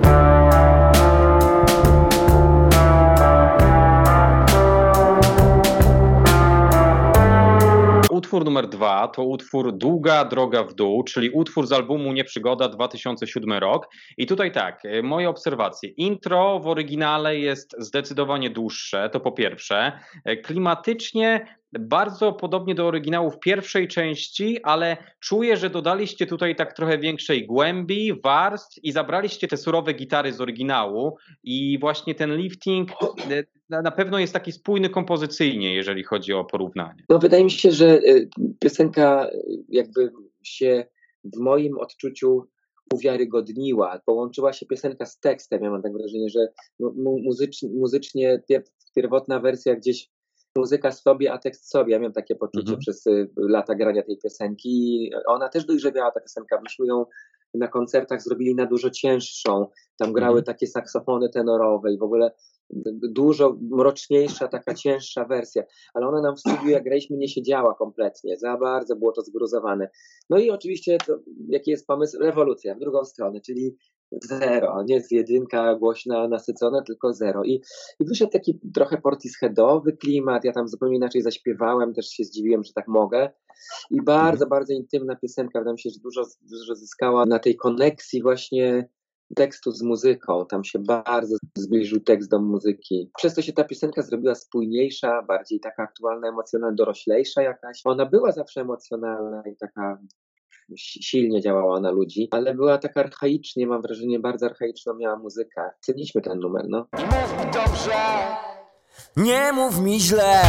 Utwór numer dwa to utwór Długa droga w dół, czyli utwór z albumu Nieprzygoda dwa tysiące siódmy rok. I tutaj tak, moje obserwacje. Intro w oryginale jest zdecydowanie dłuższe, to po pierwsze. Klimatycznie bardzo podobnie do oryginału w pierwszej części, ale czuję, że dodaliście tutaj tak trochę większej głębi, warstw i zabraliście te surowe gitary z oryginału i właśnie ten lifting na pewno jest taki spójny kompozycyjnie, jeżeli chodzi o porównanie. No wydaje mi się, że piosenka jakby się w moim odczuciu uwiarygodniła. Połączyła się piosenka z tekstem. Ja mam tak wrażenie, że muzycznie, muzycznie pierwotna wersja gdzieś muzyka sobie, a tekst sobie. Ja miałem takie poczucie mhm. przez lata grania tej piosenki. Ona też dojrzewiała, ta piosenka. Myśmy ją na koncertach zrobili na dużo cięższą. Tam grały mhm. takie saksofony tenorowe i w ogóle dużo mroczniejsza, taka cięższa wersja, ale ona nam w studiu, jak graliśmy, nie siedziała kompletnie, za bardzo było to zgruzowane. No i oczywiście, to, jaki jest pomysł? Rewolucja w drugą stronę, czyli Zero, nie jest jedynka głośna, nasycona, tylko zero. I, i wyszedł taki trochę Portisheadowy klimat, ja tam zupełnie inaczej zaśpiewałem, też się zdziwiłem, że tak mogę. I bardzo, Mhm. bardzo intymna piosenka, wydaje mi się, że dużo, dużo zyskała na tej koneksji właśnie tekstu z muzyką. Tam się bardzo zbliżył tekst do muzyki. Przez to się ta piosenka zrobiła spójniejsza, bardziej taka aktualna, emocjonalna, doroślejsza jakaś. Ona była zawsze emocjonalna i taka silnie działała na ludzi, ale była tak archaicznie, mam wrażenie, bardzo archaiczną miała muzykę. Ceniliśmy ten numer, no. Mów mi dobrze, nie mów mi źle.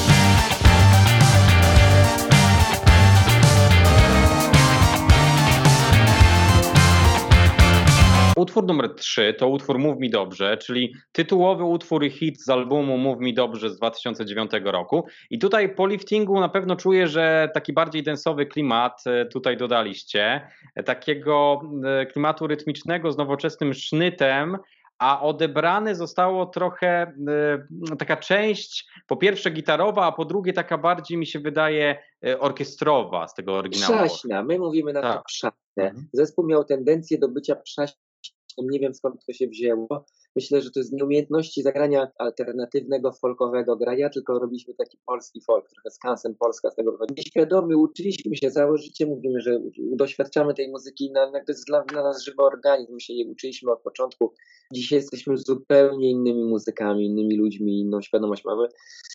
Utwór numer trzy to utwór Mów mi dobrze, czyli tytułowy utwór i hit z albumu Mów mi dobrze z dwa tysiące dziewiątego roku. I tutaj po liftingu na pewno czuję, że taki bardziej densowy klimat e, tutaj dodaliście. E, Takiego e, klimatu rytmicznego z nowoczesnym sznytem, a odebrane zostało trochę e, taka część, po pierwsze gitarowa, a po drugie taka bardziej mi się wydaje e, orkiestrowa z tego oryginału. Przaśna, my mówimy na to Tak. przaśne. Mhm. Zespół miał tendencję do bycia przaśnym, nie wiem skąd to się wzięło. Myślę, że to jest nieumiejętności zagrania alternatywnego, folkowego grania, tylko robiliśmy taki polski folk, trochę skansen Polska z tego wychodzi. Nieświadomie uczyliśmy się, całe życie mówimy, że doświadczamy tej muzyki, na, na, to jest dla, dla nas żywy organizm, my się jej uczyliśmy od początku. Dzisiaj jesteśmy zupełnie innymi muzykami, innymi ludźmi, inną świadomość mamy.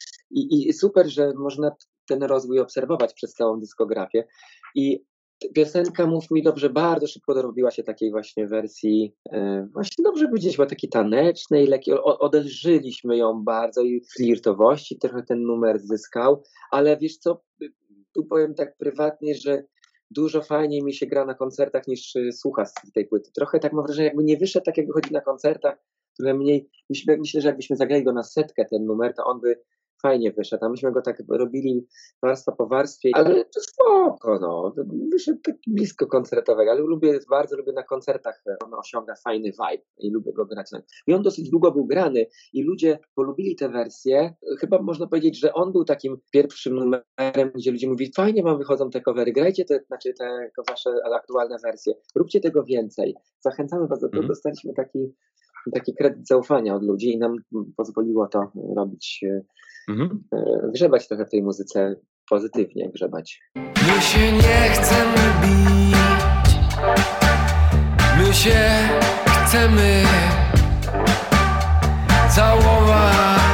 I, i super, że można ten rozwój obserwować przez całą dyskografię. I piosenka Mów mi dobrze bardzo szybko dorobiła się takiej właśnie wersji, e, właśnie dobrze powiedzieć, była takiej tanecznej, lekkiej, o- odelżyliśmy ją bardzo i flirtowości trochę ten numer zyskał, ale wiesz co, tu powiem tak prywatnie, że dużo fajniej mi się gra na koncertach niż y, słucha z tej płyty. Trochę tak mam wrażenie, jakby nie wyszedł tak, jak wychodzi na koncertach, trochę mniej, myślę, myślę, że jakbyśmy zagrali go na setkę ten numer, to on by fajnie wyszedł, a myśmy go tak robili warstwa po warstwie, ale to spoko, no. Wyszedł taki blisko koncertowego, ale lubię, bardzo lubię na koncertach, on osiąga fajny vibe i lubię go grać. I on dosyć długo był grany i ludzie polubili tę wersję. Chyba można powiedzieć, że on był takim pierwszym numerem, gdzie ludzie mówili, fajnie wam wychodzą te covery, grajcie te, znaczy te wasze aktualne wersje, róbcie tego więcej. Zachęcamy was do tego, Mhm. dostaliśmy taki taki kredyt zaufania od ludzi i nam pozwoliło to robić, Mhm. e, grzebać trochę w tej muzyce, pozytywnie grzebać. My się nie chcemy bić, my się chcemy całować.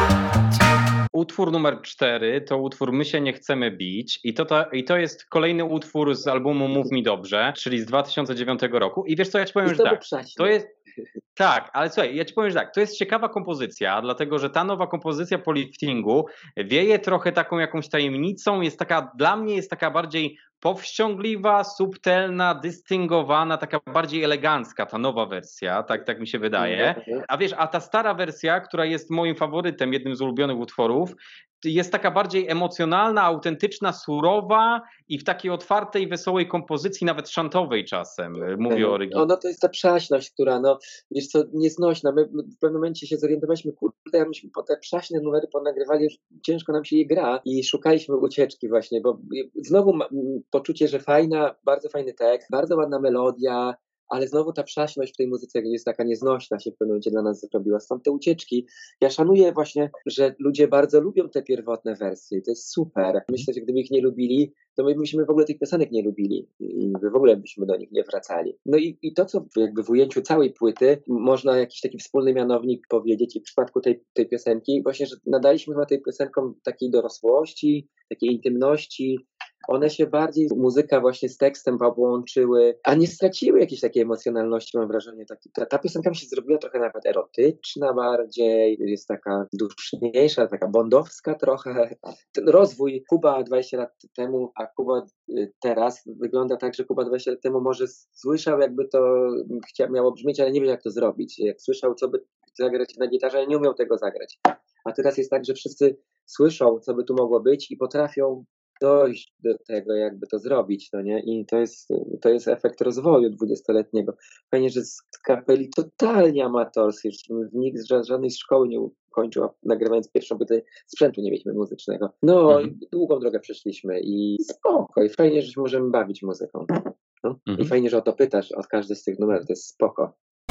Utwór numer cztery to utwór My się nie chcemy bić i to, to, i to jest kolejny utwór z albumu Mów mi dobrze, czyli z dwa tysiące dziewiątego roku. I wiesz co, ja ci powiem, I że znowu tak, przaśnie. to jest, tak, ale słuchaj, ja ci powiem, że tak, to jest ciekawa kompozycja, dlatego że ta nowa kompozycja po liftingu wieje trochę taką jakąś tajemnicą, jest taka, dla mnie jest taka bardziej powściągliwa, subtelna, dystyngowana, taka bardziej elegancka ta nowa wersja, tak, tak mi się wydaje. Mhm. A wiesz, a ta stara wersja, która jest moim faworytem, jednym z ulubionych utworów, jest taka bardziej emocjonalna, autentyczna, surowa i w takiej otwartej, wesołej kompozycji, nawet szantowej czasem, mówię o oryginale. No to jest ta przaśność, która, no, wiesz co, nieznośna. My w pewnym momencie się zorientowaliśmy, kurde, myśmy po te przaśne numery ponagrywali, już ciężko nam się je gra i szukaliśmy ucieczki właśnie, bo znowu ma, poczucie, że fajna, bardzo fajny tekst, bardzo ładna melodia, ale znowu ta przaśność w tej muzyce jest taka nieznośna, się w pewnym momencie dla nas zrobiła. Stąd te ucieczki. Ja szanuję właśnie, że ludzie bardzo lubią te pierwotne wersje i to jest super. Myślę, że gdyby ich nie lubili, to my byśmy w ogóle tych piosenek nie lubili i w ogóle byśmy do nich nie wracali. No i, i to, co jakby w ujęciu całej płyty można jakiś taki wspólny mianownik powiedzieć i w przypadku tej, tej piosenki, właśnie, że nadaliśmy chyba tej piosenkom takiej dorosłości, takiej intymności. One się bardziej, muzyka właśnie z tekstem połączyły, a nie straciły jakiejś takiej emocjonalności, mam wrażenie. Taki, ta, ta piosenka mi się zrobiła trochę nawet erotyczna bardziej, jest taka duszniejsza, taka bondowska trochę. Ten rozwój Kuba dwadzieścia lat temu, a Kuba teraz wygląda tak, że Kuba dwadzieścia lat temu może słyszał, jakby to chcia, miało brzmieć, ale nie wiem, jak to zrobić. Jak słyszał, co by zagrać na gitarze, ale nie umiał tego zagrać. A teraz jest tak, że wszyscy słyszą, co by tu mogło być i potrafią dojść do tego, jakby to zrobić, no nie? I to jest, to jest efekt rozwoju dwudziestoletniego. Fajnie, że z kapeli totalnie amatorskiej, że nikt z żadnej szkoły nie ukończył, a nagrywając pierwszą płytę sprzętu nie mieliśmy muzycznego. No, Mhm. długą drogę przeszliśmy i spoko, i fajnie, że się możemy bawić muzyką. No? Mhm. I fajnie, że o to pytasz, od każdy z tych numerów, to jest spoko.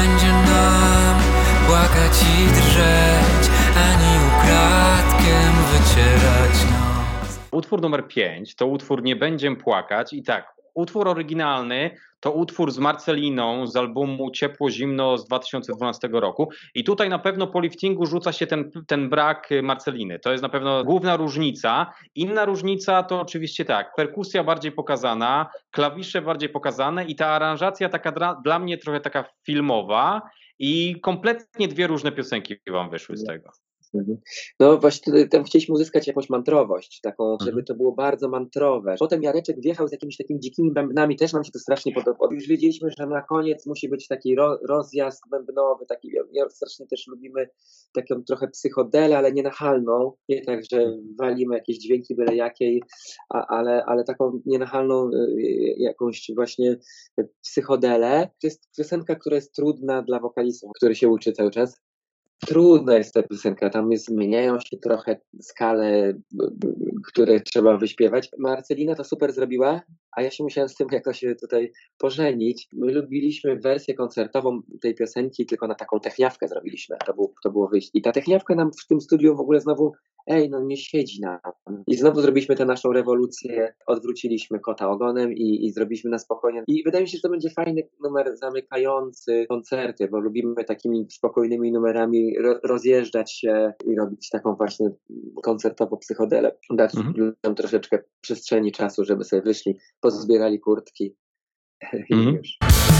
będzie nam płakać i drżeć, ani ukradkiem wycierać nos. Utwór numer pięć to utwór Nie będziem płakać i tak, utwór oryginalny to utwór z Marceliną z albumu Ciepło-Zimno z dwa tysiące dwunastego roku i tutaj na pewno po liftingu rzuca się ten, ten brak Marceliny. To jest na pewno główna różnica. Inna różnica to oczywiście tak, perkusja bardziej pokazana, klawisze bardziej pokazane i ta aranżacja taka dla, dla mnie trochę taka filmowa i kompletnie dwie różne piosenki wam wyszły z tego. No właśnie tam chcieliśmy uzyskać jakąś mantrowość, taką, żeby Mhm. to było bardzo mantrowe. Potem Jareczek wjechał z jakimiś takimi dzikimi bębnami, też nam się to strasznie podobało. Już wiedzieliśmy, że na koniec musi być taki ro, rozjazd bębnowy, taki, ja strasznie też lubimy taką trochę psychodelę, ale nie nachalną, nie tak, że walimy jakieś dźwięki byle jakiej, a, ale, ale taką nienachalną y, jakąś właśnie psychodelę. To jest piosenka, która jest trudna dla wokalistów, który się uczy cały czas. Trudna jest ta piosenka, tam jest, zmieniają się trochę skale, które trzeba wyśpiewać. Marcelina to super zrobiła, a ja się musiałem z tym jakoś tutaj pożenić. My lubiliśmy wersję koncertową tej piosenki, tylko na taką techniawkę zrobiliśmy, to, był, to było wyjście. I ta techniawka nam w tym studiu w ogóle znowu, ej, no nie siedzi nam. I znowu zrobiliśmy tę naszą rewolucję, odwróciliśmy kota ogonem i, i zrobiliśmy na spokojnie. I wydaje mi się, że to będzie fajny numer zamykający koncerty, bo lubimy takimi spokojnymi numerami ro, rozjeżdżać się i robić taką właśnie koncertową psychodelę. Dać Mhm. ludziom troszeczkę przestrzeni czasu, żeby sobie wyszli, pozbierali kurtki i Mhm. już.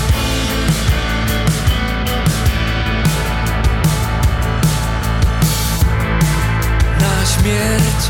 Na śmierć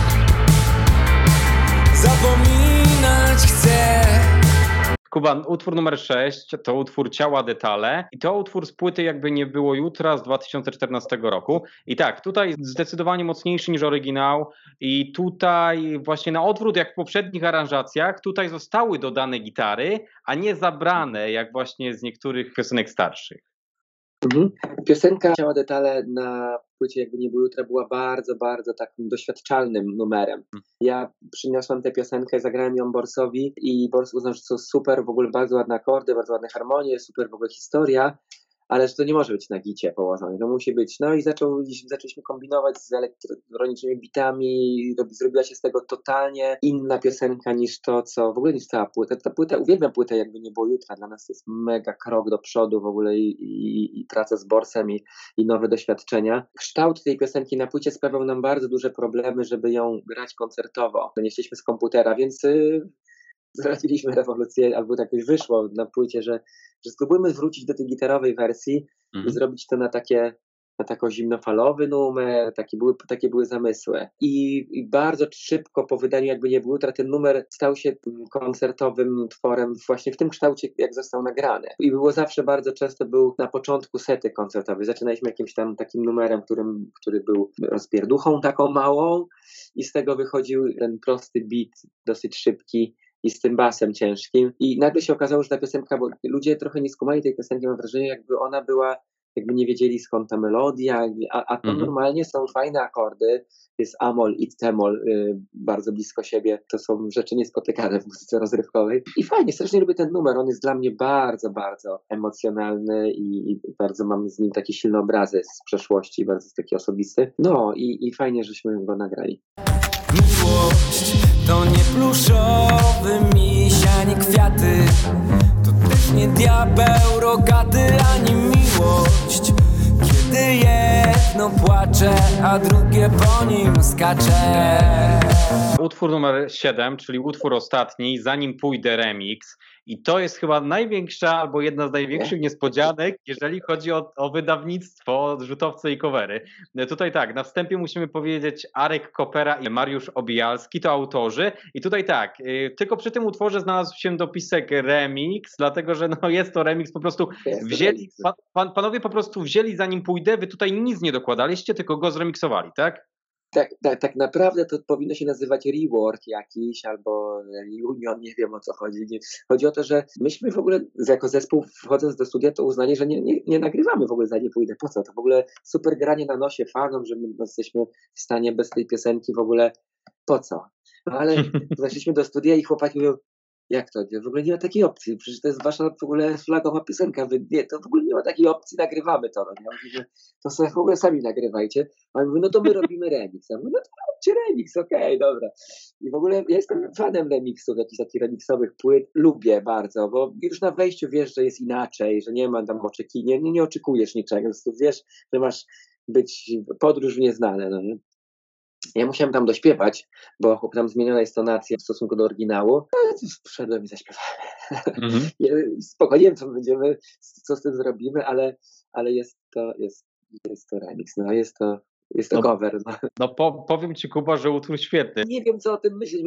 zapominać chcę. Kuba, utwór numer sześć to utwór Ciała Detale i to utwór z płyty Jakby nie było jutra z dwa tysiące czternastego roku. I tak, tutaj zdecydowanie mocniejszy niż oryginał i tutaj właśnie na odwrót jak w poprzednich aranżacjach, tutaj zostały dodane gitary, a nie zabrane jak właśnie z niektórych piosenek starszych. Mhm. Piosenka Ciała Detale na płycie Jakby nie było jutra była bardzo, bardzo takim doświadczalnym numerem. Ja przyniosłem tę piosenkę, zagrałem ją Borsowi i Bors uznał, że to super, w ogóle bardzo ładne akordy, bardzo ładne harmonie, super w ogóle historia, ale że to nie może być na gicie położone, to musi być. No i zaczął, zaczęliśmy kombinować z elektronicznymi bitami, zrobiła się z tego totalnie inna piosenka niż to, co w ogóle niż cała płyta. Ta płyta, uwielbiam płytę Jakby nie było jutra, dla nas to jest mega krok do przodu w ogóle i, i, i praca z Borsem i, i nowe doświadczenia. Kształt tej piosenki na płycie sprawiał nam bardzo duże problemy, żeby ją grać koncertowo. Nie chcieliśmy z komputera, więc yy, zrobiliśmy rewolucję, albo tak już wyszło na płycie, że, że spróbujmy wrócić do tej gitarowej wersji Mhm. i zrobić to na takie na taką zimnofalowy numer, takie były, takie były zamysły. I, I bardzo szybko po wydaniu Jakby nie było jutra ten numer stał się koncertowym tworem właśnie w tym kształcie, jak został nagrany. I było zawsze bardzo często był na początku sety koncertowe. Zaczynaliśmy jakimś tam takim numerem, którym, który był rozpierduchą taką małą i z tego wychodził ten prosty beat, dosyć szybki, i z tym basem ciężkim. I nagle się okazało, że ta piosenka, bo ludzie trochę nie skumali tej piosenki, mam wrażenie, jakby ona była, jakby nie wiedzieli skąd ta melodia, a, a to Mhm. normalnie są fajne akordy, jest amol i temol y, bardzo blisko siebie, to są rzeczy niespotykane w muzyce rozrywkowej. I fajnie, strasznie lubię ten numer, on jest dla mnie bardzo, bardzo emocjonalny i, i bardzo mam z nim takie silne obrazy z przeszłości, bardzo taki osobisty. No i, i fajnie, żeśmy go nagrali. Miłość to nie pluszowy miś, ani kwiaty. To też nie diabeł rogaty, ani miłość. Kiedy jedno płacze, a drugie po nim skacze. Utwór numer siedem, czyli utwór ostatni, Zanim pójdę remix. I to jest chyba największa albo jedna z największych niespodzianek, jeżeli chodzi o, o wydawnictwo, rzutowce i covery. Tutaj tak, na wstępie musimy powiedzieć Arek Kopera i Mariusz Obijalski to autorzy. I tutaj tak, yy, tylko przy tym utworze znalazł się dopisek remix, dlatego że no jest to remix, po prostu Jest wzięli, pan, pan, panowie po prostu wzięli Zanim pójdę, wy tutaj nic nie dokładaliście, tylko go zremiksowali, tak? Tak, tak, tak naprawdę to powinno się nazywać rework jakiś albo reunion, nie wiem o co chodzi. Nie. Chodzi o to, że myśmy w ogóle jako zespół wchodząc do studia to uznali, że nie, nie, nie nagrywamy w ogóle za nie pójdę. Po co? To w ogóle super granie na nosie fanom, że my jesteśmy w stanie bez tej piosenki w ogóle po co? No ale weszliśmy do studia i chłopaki mówią, Jak to? W ogóle nie ma takiej opcji. Przecież to jest wasza w ogóle flagowa piosenka. Wy, nie, to w ogóle nie ma takiej opcji, nagrywamy to. No. Ja mówię, że to sobie w ogóle sami nagrywajcie. A on mówi, no to my robimy remix. Ja mówię, no to róbcie remix, okej, okay, dobra. I w ogóle ja jestem fanem remixów, jakichś takich remixowych płyt. Lubię bardzo, bo już na wejściu wiesz, że jest inaczej, że nie ma tam oczekiwań, nie, nie, nie oczekujesz niczego. Po prostu wiesz, że masz być podróż w nieznane, no nie? Ja musiałem tam dośpiewać, bo tam zmieniona jest tonacja w stosunku do oryginału, ale wszedłem i zaśpiewałem. Mm-hmm. Spokojnie, nie wiem, co będziemy, co z tym zrobimy, ale, ale jest to, jest, jest to remix, no jest to, jest to no, cover. No, no po, powiem ci, Kuba, że utwór świetny. Nie wiem, co o tym myśleć,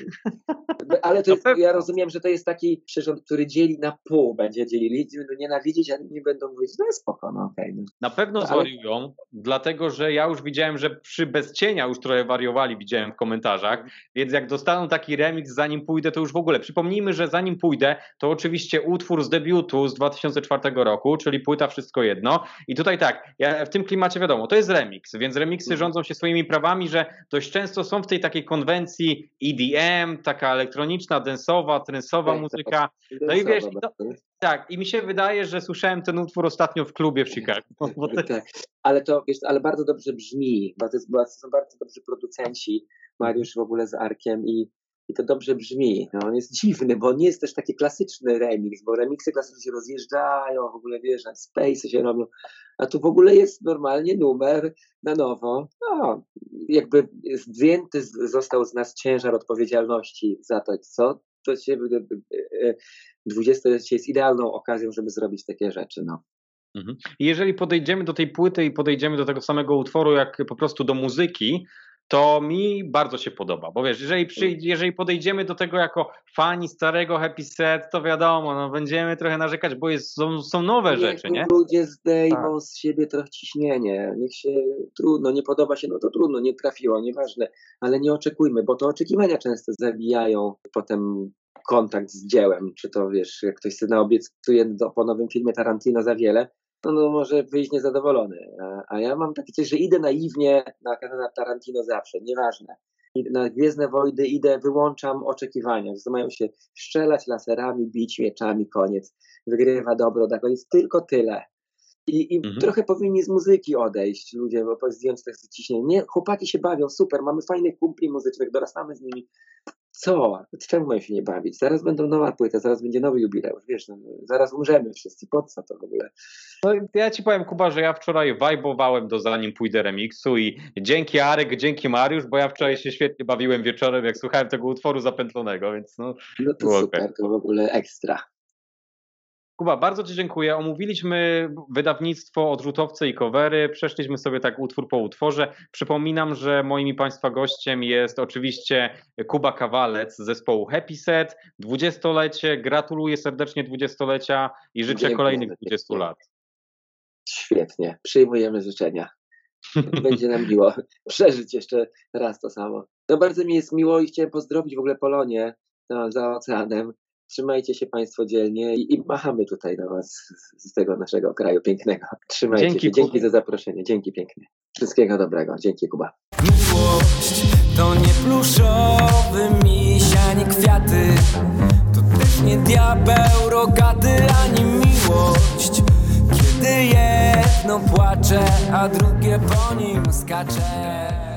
ale to jest, ja rozumiem, że to jest taki przyrząd, który dzieli na pół, będzie dzielili, będą nienawidzieć, a nie będą mówić, no spoko, no okej. Okay, no. Na pewno no, zwariują, ale... dlatego, że ja już widziałem, że przy Bez Cienia już trochę wariowali, widziałem w komentarzach, więc jak dostaną taki remix, zanim pójdę, to już w ogóle. Przypomnijmy, że zanim pójdę, to oczywiście utwór z debiutu z dwa tysiące czwartego roku, czyli płyta Wszystko Jedno. I tutaj tak, ja w tym klimacie wiadomo, to jest remix, więc remixy rządzą się swoimi prawami, że dość często są w tej takiej konwencji E D M, taka elektroniczna, densowa, trensowa tak, muzyka. No i wiesz, to, tak, i mi się wydaje, że słyszałem ten utwór ostatnio w klubie w Chicago. Bo te... Tak, ale to wiesz, ale bardzo dobrze brzmi, bo to, jest, bo to są bardzo dobrzy producenci, Mariusz w ogóle z Arkiem i I to dobrze brzmi. No, on jest dziwny, bo on nie jest też taki klasyczny remix, bo remiksy klasyczne się rozjeżdżają, w ogóle wiesz, space'y się robią, a tu w ogóle jest normalnie numer na nowo. No, jakby zdjęty został z nas ciężar odpowiedzialności za to, co to się dwudziestolecie jest idealną okazją, żeby zrobić takie rzeczy. No. Mhm. I jeżeli podejdziemy do tej płyty i podejdziemy do tego samego utworu, jak po prostu do muzyki, to mi bardzo się podoba, bo wiesz, jeżeli, przy, jeżeli podejdziemy do tego jako fani starego Happy Set, to wiadomo, no będziemy trochę narzekać, bo jest, są, są nowe Niech rzeczy, nie? Ludzie zdejmą tak. z siebie trochę ciśnienie, niech się trudno, nie podoba się, no to trudno, nie trafiło, nieważne, ale nie oczekujmy, bo to oczekiwania często zabijają potem kontakt z dziełem, czy to wiesz, jak ktoś sobie naobiecuje do, po nowym filmie Tarantino za wiele, no, no może wyjść niezadowolony. A, a ja mam takie coś, że idę naiwnie na, na Tarantino zawsze, nieważne. I na Gwiezdne Wojny idę, wyłączam oczekiwania. To mają się strzelać laserami, bić mieczami, koniec. Wygrywa dobro, tak, jest tylko tyle. I, i mhm. trochę powinni z muzyki odejść ludzie, bo zdjąć tak ciśnienie. Nie, chłopaki się bawią, super, mamy fajnych kumpli muzycznych, dorastamy z nimi. Co? Czemu mają się nie bawić? Zaraz będą nowa płyta, zaraz będzie nowy jubileusz, wiesz, no, zaraz umrzemy wszyscy, po co to w ogóle? No ja ci powiem, Kuba, że ja wczoraj wajbowałem do Zanim Pójdę remiksu i dzięki Arek, dzięki Mariusz, bo ja wczoraj się świetnie bawiłem wieczorem, jak słuchałem tego utworu zapętlonego, więc no... No to super, okay. To w ogóle ekstra. Kuba, bardzo ci dziękuję. Omówiliśmy wydawnictwo, odrzutowce i covery. Przeszliśmy sobie tak utwór po utworze. Przypominam, że moim i Państwa gościem jest oczywiście Kuba Kawalec z zespołu Happy Set. dwudziestolecie. Gratuluję serdecznie dwudziestolecia i życzę Dziękuję. Kolejnych dwudziestu lat. Świetnie. Przyjmujemy życzenia. Będzie nam miło przeżyć jeszcze raz to samo. No bardzo mi jest miło i chciałem pozdrowić w ogóle Polonię no, za oceanem. Trzymajcie się Państwo dzielnie i, i machamy tutaj do Was z, z tego naszego kraju pięknego. Trzymajcie Dzięki, się. Dzięki za zaproszenie. Dzięki pięknie. Wszystkiego dobrego. Dzięki, Kuba. Miłość to nie pluszowy miś, ani kwiaty. To też nie diabeł rogaty, ani miłość. Kiedy jedno płacze, a drugie po nim skacze.